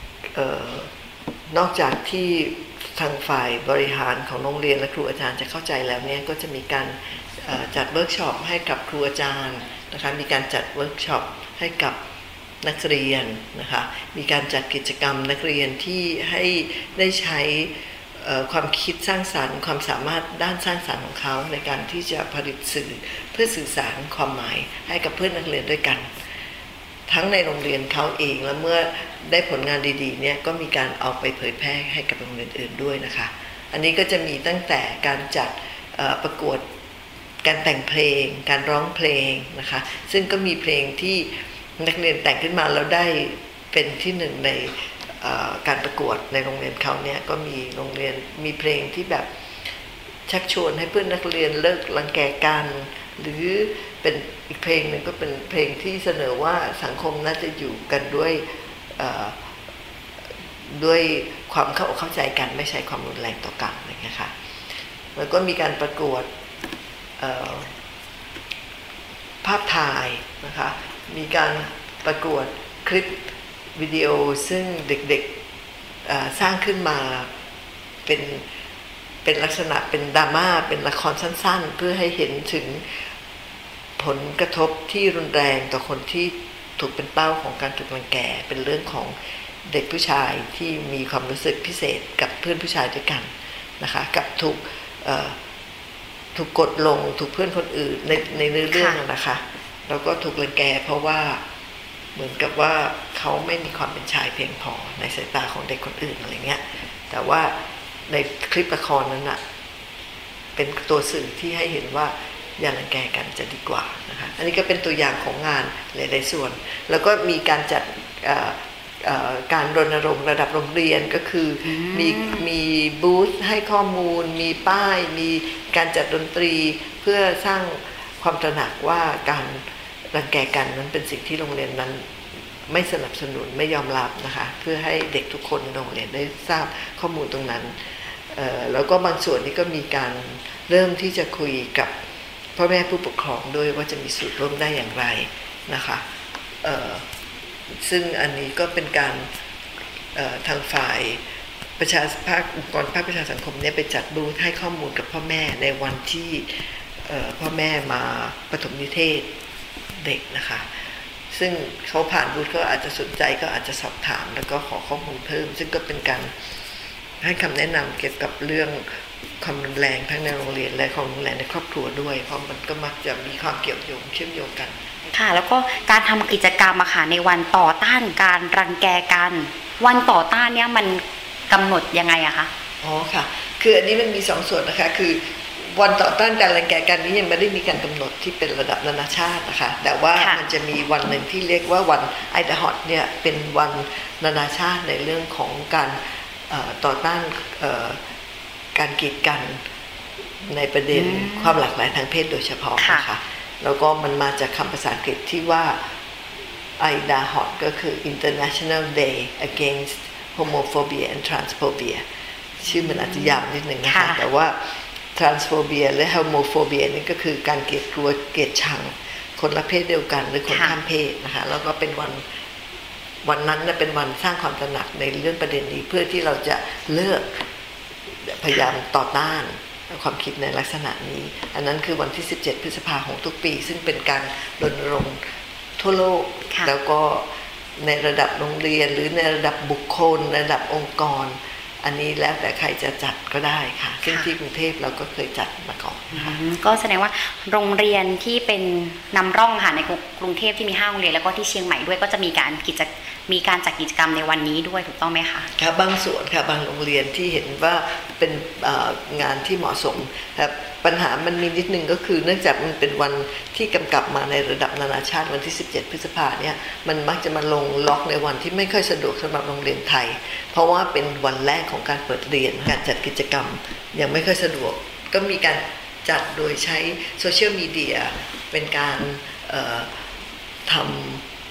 นอกจากที่ทางฝ่ายบริหารของโรงเรียนและครูอาจารย์จะเข้าใจแล้วเนี่ยก็จะมีการจัดเวิร์กช็อปให้กับครูอาจารย์นะคะมีการจัดเวิร์กช็อปให้กับนักเรียนนะคะมีการจัดกิจกรรมนักเรียนที่ให้ได้ใช้ความคิดสร้างสรรค์ความสามารถด้านสร้างสรรค์ของเขาในการที่จะผลิตสื่อเพื่อสื่อสารความหมายให้กับเพื่อนนักเรียนด้วยกันทั้งในโรงเรียนเขาเองและเมื่อได้ผลงานดีๆเนี่ยก็มีการเอาไปเผยแพร่ให้กับโรงเรียนอื่นด้วยนะคะอันนี้ก็จะมีตั้งแต่การจัดประกวดการแต่งเพลงการร้องเพลงนะคะซึ่งก็มีเพลงที่นักเรียนแต่งขึ้นมาแล้วได้เป็นที่หนึ่งในการประกวดในโรงเรียนเขาเนี่ยก็มีโรงเรียนมีเพลงที่แบบชักชวนให้เพื่อนนักเรียนเลิกรังแกกันหรือเป็นอีกเพลงหนึ่งก็เป็นเพลงที่เสนอว่าสังคมน่าจะอยู่กันด้วยด้วยความเข้าเข้าใจกันไม่ใช่ความรุนแรงต่อกันอะไรเงี้ยค่ะแล้วก็มีการประกวดภาพถ่ายนะคะมีการประกวดคลิปวิดีโอซึ่งเด็กๆสร้างขึ้นมาเป็นเป็นลักษณะเป็นดราม่าเป็นละครสั้นๆเพื่อให้เห็นถึงผลกระทบที่รุนแรงต่อคนที่ถูกเป็นเป้าของการถูกรังแกเป็นเรื่องของเด็กผู้ชายที่มีความรู้สึกพิเศษกับเพื่อนผู้ชายด้วยกันนะคะกับถูกถูกกดลงถูกเพื่อนคนอื่นในในเรื่องนะคะแล้วก็ถูกรังแกเพราะว่าเหมือนกับว่าเขาไม่มีความเป็นชายเพียงพอในสายตาของเด็กคนอื่นอะไรเงี้ยแต่ว่าในคลิปละครนั้นนะเป็นตัวสื่อที่ให้เห็นว่าอย่ารังแกกันจะดีกว่านะคะอันนี้ก็เป็นตัวอย่างของงานหลายๆส่วนแล้วก็มีการจัดการรณรงค์ระดับโรงเรียนก็คือมีมีบูธให้ข้อมูลมีป้ายมีการจัดดนตรีเพื่อสร้างความตระหนักว่าการรังแกกันนั้นเป็นสิ่งที่โรงเรียนนั้นไม่สนับสนุนไม่ยอมรับนะคะเพื่อให้เด็กทุกคนในโรงเรียนได้ทราบข้อมูลตรงนั้นแล้วก็บางส่วนนี้ก็มีการเริ่มที่จะคุยกับพ่อแม่ผู้ปกครองด้วยว่าจะมีส่วนร่วมได้อย่างไรนะคะซึ่งอันนี้ก็เป็นการทางฝ่ายประชาภาคองค์กรภาคประชาสังคมเนี่ยไปจัดบูธให้ข้อมูลกับพ่อแม่ในวันที่พ่อแม่มาปฐมนิเทศเด็กนะคะซึ่งเขาผ่านบูธก็อาจจะสนใจก็อาจจะสอบถามแล้วก็ขอข้อมูลเพิ่มซึ่งก็เป็นการให้คำแนะนำเกี่ยวกับเรื่องความรุนแรงทั้งในโรงเรียนและความรุนแรงในครอบครัวด้วยเพราะมันก็มักจะมีความเกี่ยวโยงเชื่อมโยงกันค่ะแล้วก็การทำกิจกรรมอะค่ะในวันต่อต้านการรังแกกันวันต่อต้านเนี่ยมันกำหนดยังไงอะคะอ๋อค่ะคืออันนี้มันมีสองส่วนนะคะคือวันต่อต้านการรังแกกันนี้ยังไม่ได้มีการกำหนดที่เป็นระดับนานาชาตินะคะแต่ว่ามันจะมีวันหนึ่งที่เรียกว่าวันไอดาฮอตเนี่ยเป็นวันนานาชาติในเรื่องของการต่อต้านการกีดกันในประเด็นความหลากหลายทางเพศโดยเฉพาะนะคะแล้วก็มันมาจากคำภาษาอังกฤษที่ว่า ไอ ดี เอ เอ ฮอต ก็คือ International Day Against Homophobia and Transphobia ชื่อมันอาจจะยาวนิดหนึ่งนะคะแต่ว่า Transphobia และ Homophobia นี่ก็คือการเกลียดกลัวเกลียดชังคนละเพศเดียวกันหรือคนข้ามเพศนะคะแล้วก็เป็นวันวันนั้นนะเป็นวันสร้างความตระหนักในเรื่องประเด็นนี้เพื่อที่เราจะเลิกพยายามต่อต้านความคิดในลักษณะนี้อันนั้นคือวันที่สิบเจ็ดพฤษภาคมทุกปีซึ่งเป็นการรณรงค์ทั่วโลกแล้วก็ในระดับโรงเรียนหรือในระดับบุคคลระดับองค์กรอันนี้แล้วแต่ใครจะจัดก็ได้ค่ะซึ่งที่กรุงเทพเราก็เคยจัดมาก่อนนะคะก็แสดงว่าโรงเรียนที่เป็นนำร่องค่ะในกรุงเทพที่มีห้าโรงเรียนแล้วก็ที่เชียงใหม่ด้วยก็จะมีการกิจมีการจัดกิจกรรมในวันนี้ด้วยถูกต้องไหมคะค่ะบางส่วนค่ะบางโรงเรียนที่เห็นว่าเป็นงานที่เหมาะสมครับปัญหามันมีนิดนึงก็คือเนื่องจากมันเป็นวันที่กำกับมาในระดับนานาชาติวันที่สิบเจ็ดพฤษภาคมเนี่ยมันมักจะมาลงล็อกในวันที่ไม่ค่อยสะดวกสำหรับโรงเรียนไทยเพราะว่าเป็นวันแรกของการเปิดเรียนการจัดกิจกรรมยังไม่ค่อยสะดวกก็มีการจัดโดยใช้โซเชียลมีเดียเป็นการทำ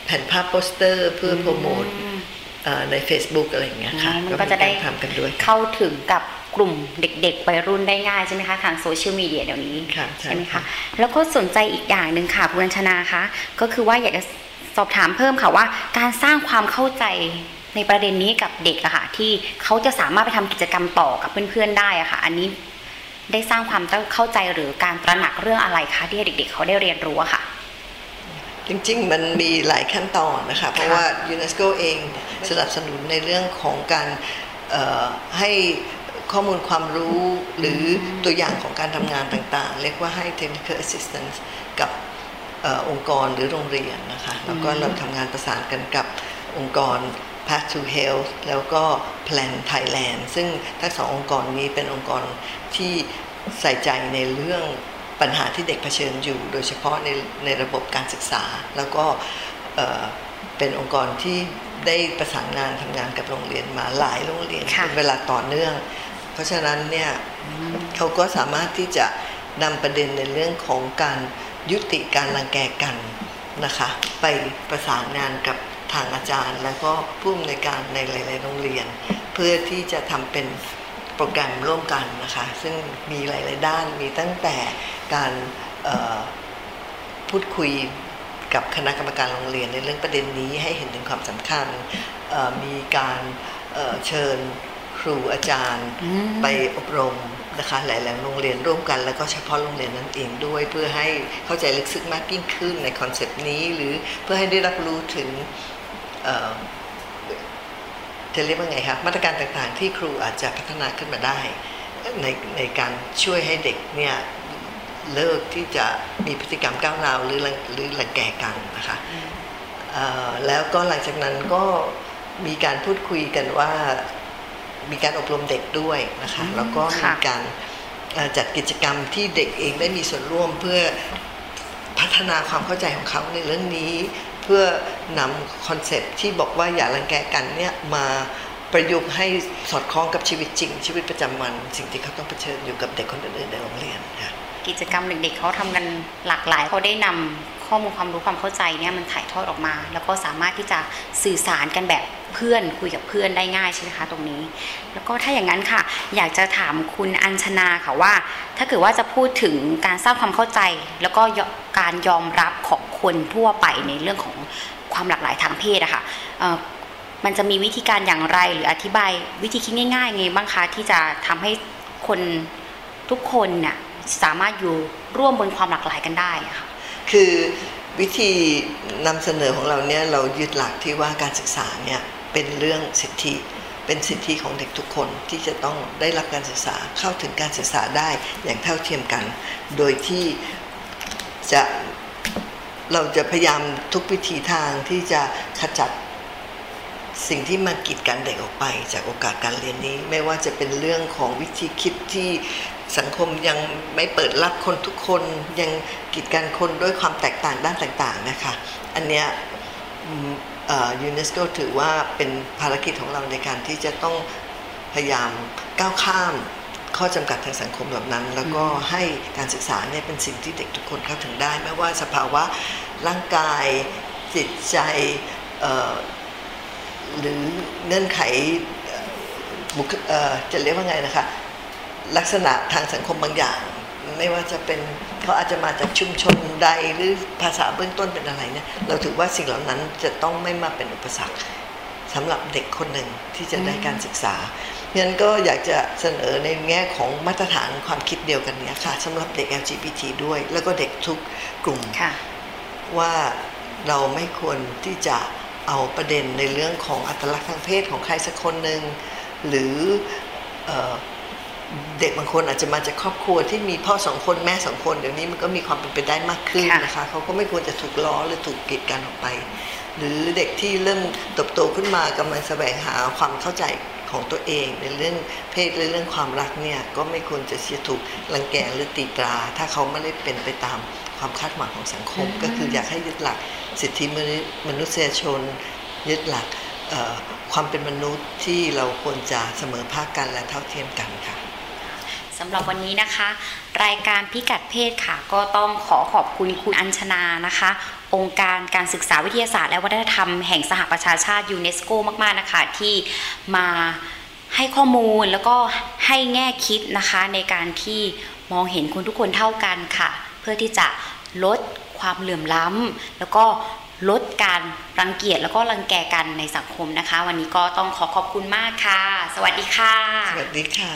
แผ่นภาพโปสเตอร์เพื่อโปรโมทใน Facebook อะไรอย่างเงี้ยค่ะมันก็จะได้ทำกันด้วยเข้าถึงกับกลุ่มเด็กๆวัยรุ่นได้ง่ายใช่ไหมคะทางโซเชียลมีเดียเดี๋ยวนี้ใช่ไหมคะแล้วก็สนใจอีกอย่างหนึ่งค่ะคุณอัญชนาคะก็คือว่าอยากจะสอบถามเพิ่มค่ะว่าการสร้างความเข้าใจในประเด็นนี้กับเด็กอะค่ะที่เขาจะสามารถไปทำกิจกรรมต่อกับเพื่อนๆได้อะค่ะอันนี้ได้สร้างความเข้าใจหรือการตระหนักเรื่องอะไรคะที่ให้เด็กๆเขาได้เรียนรู้อะค่ะจริงๆมันมีหลายขั้นตอนนะคะเพราะว่ายูเนสโกเองสนับสนุนในเรื่องของการให้ข้อมูลความรู้หรือตัวอย่างของการทำงานต่างๆเรียกว่าให้ technical assistance กับองค์กรหรือโรงเรียนนะคะแล้วก็เราทำงานประสานกันกับองค์กร Path to Health แล้วก็ Plan Thailand ซึ่งทั้งสององค์กรนี้เป็นองค์กรที่ใส่ใจในเรื่องปัญหาที่เด็กเผชิญอยู่โดยเฉพาะในในระบบการศึกษาแล้วก็เป็นองค์กรที่ได้ประสานงานทำงานกับโรงเรียนมาหลายโรงเรียนเป็นเวลาต่อเนื่องเพราะฉะนั้นเนี่ยเขาก็สามารถที่จะนำประเด็นในเรื่องของการยุติการรังแกกันนะคะไปประสานงานกับทางอาจารย์แล้วก็ผู้อำนวยการในหลายๆโรงเรียนเพื่อที่จะทำเป็นโปรแกรมร่วมกันนะคะซึ่งมีหลายๆด้านมีตั้งแต่การพูดคุยกับคณะกรรมการโรงเรียนในเรื่องประเด็นนี้ให้เห็นถึงความสำคัญมีการเชิญครูอาจารย์ไปอบรมนะคะหลายๆโรงเรียนร่วมกันแล้วก็เฉพาะโรงเรียนนั้นเองด้วยเพื่อให้เข้าใจลึกซึ้งมากยิ่งขึ้นในคอนเซปต์นี้หรือเพื่อให้ได้รับรู้ถึงจะเรียกว่าไงคะมาตรการต่างๆที่ครูอาจจะพัฒนาขึ้นมาได้ในในการช่วยให้เด็กเนี่ยเลิกที่จะมีพฤติกรรมก้าวร้าวหรือหรือรังแกกันนะคะแล้วก็หลังจากนั้นก็มีการพูดคุยกันว่ามีการอบรมเด็กด้วยนะคะแล้วก็มีการจัดกิจกรรมที่เด็กเองได้มีส่วนร่วมเพื่อพัฒนาความเข้าใจของเขาในเรื่องนี้เพื่อนำคอนเซ็ปต์ที่บอกว่าอย่ารังแกกันเนี่ยมาประยุกต์ให้สอดคล้องกับชีวิตจริงชีวิตประจำวันสิ่งที่เขาต้องเผชิญอยู่กับเด็กคนอื่นๆในโรงเรียนค่ะกิจกรรมเด็กๆเขาทำกันหลากหลายเขาได้นำข้อมูลความรู้ความเข้าใจเนี่ยมันถ่ายทอดออกมาแล้วก็สามารถที่จะสื่อสารกันแบบเพื่อนคุยกับเพื่อนได้ง่ายใช่ไหมคะตรงนี้แล้วก็ถ้าอย่างนั้นค่ะอยากจะถามคุณอัญชนาค่ะว่าถ้าเกิดว่าจะพูดถึงการสร้างความเข้าใจแล้วก็การยอมรับของคนทั่วไปในเรื่องของความหลากหลายทางเพศอะค่ะมันจะมีวิธีการอย่างไรหรืออธิบายวิธีคิดง่ายๆไงบ้างคะที่จะทำให้คนทุกคนน่ะสามารถอยู่ร่วมบนความหลากหลายกันได้ค่ะคือวิธีนำเสนอของเราเนี่ยเรายึดหลักที่ว่าการศึกษาเนี่ยเป็นเรื่องสิทธิเป็นสิทธิของเด็กทุกคนที่จะต้องได้รับการศึกษาเข้าถึงการศึกษาได้อย่างเท่าเทียมกันโดยที่จะเราจะพยายามทุกวิธีทางที่จะขจัดสิ่งที่มากีดกันเด็กออกไปจากโอกาสการเรียนนี้ไม่ว่าจะเป็นเรื่องของวิธีคิดที่สังคมยังไม่เปิดรับคนทุกคนยังกีดกันคนด้วยความแตกต่างด้านต่างๆนะคะอันเนี้ยยูเนสโกถือว่าเป็นภารกิจของเราในการที่จะต้องพยายามก้าวข้ามข้อจำกัดทางสังคมแบบนั้นแล้วก็ให้การศึกษาเนี่ยเป็นสิ่งที่เด็กทุกคนเข้าถึงได้ไม่ว่าสภาวะร่างกายจิตใจหรือเงื่อนไขจะเรียกว่าไงนะคะลักษณะทางสังคมบางอย่างไม่ว่าจะเป็นเขาอาจจะมาจากชุมชนใดหรือภาษาเบื้องต้นเป็นอะไรเนี่ยเราถือว่าสิ่งเหล่านั้นจะต้องไม่มาเป็นอุปสรรคสำหรับเด็กคนหนึ่งที่จะได้การศึกษางั้นก็อยากจะเสนอในแง่ของมาตรฐานความคิดเดียวกันเนี่ยค่ะสำหรับเด็ก แอล จี บี ที ด้วยแล้วก็เด็กทุกกลุ่มว่าเราไม่ควรที่จะเอาประเด็นในเรื่องของอัตลักษณ์ทางเพศของใครสักคนหนึ่งหรือเด็กบางคนอาจจะมาจากครอบครัวที่มีพ่อสองคนแม่สองคนเดี๋ยวนี้มันก็มีความเป็นไปได้มากขึ้นนะคะเขาก็ไม่ควรจะถูกล้อหรือถูกกีดกันออกไปหรือเด็กที่เริ่มเติบโตขึ้นมากำลังแสวงหาความเข้าใจของตัวเองในเรื่องเพศหรือเรื่องความรักเนี่ยก็ไม่ควรจะเสียถูกรังแกหรือตีตราถ้าเขาไม่ได้เป็นไปตามความคาดหวังของสังคมก็คืออยากให้ยึดหลักสิทธิมนุษยชนยึดหลักความเป็นมนุษย์ที่เราควรจะเสมอภาคกันและเท่าเทียมกันค่ะสำหรับวันนี้นะคะรายการพิกัดเพศค่ะก็ต้องขอขอบคุณคุณอัญชนานะคะองค์การการศึกษาวิทยาศาสตร์และวัฒนธรรมแห่งสหประชาชาติยูเนสโกมากๆนะคะที่มาให้ข้อมูลแล้วก็ให้แง่คิดนะคะในการที่มองเห็นคนทุกคนเท่ากันค่ะเพื่อที่จะลดความเหลื่อมล้ำแล้วก็ลดการรังเกียจแล้วก็รังแกกันในสังคมนะคะวันนี้ก็ต้องขอขอบคุณมากค่ะสวัสดีค่ะสวัสดีค่ะ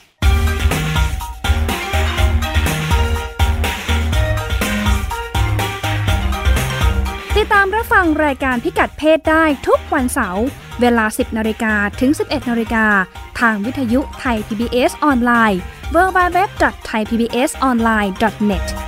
ติดตามรับฟังรายการพิกัดเพศได้ทุกวันเสาร์เวลา สิบนาฬิกา ถึง สิบเอ็ดนาฬิกา ทางวิทยุไทย พี บี เอส ออนไลน์ ดับเบิลยู ดับเบิลยู ดับเบิลยู ดอท ไทย พี บี เอส ออนไลน์ ดอท เน็ต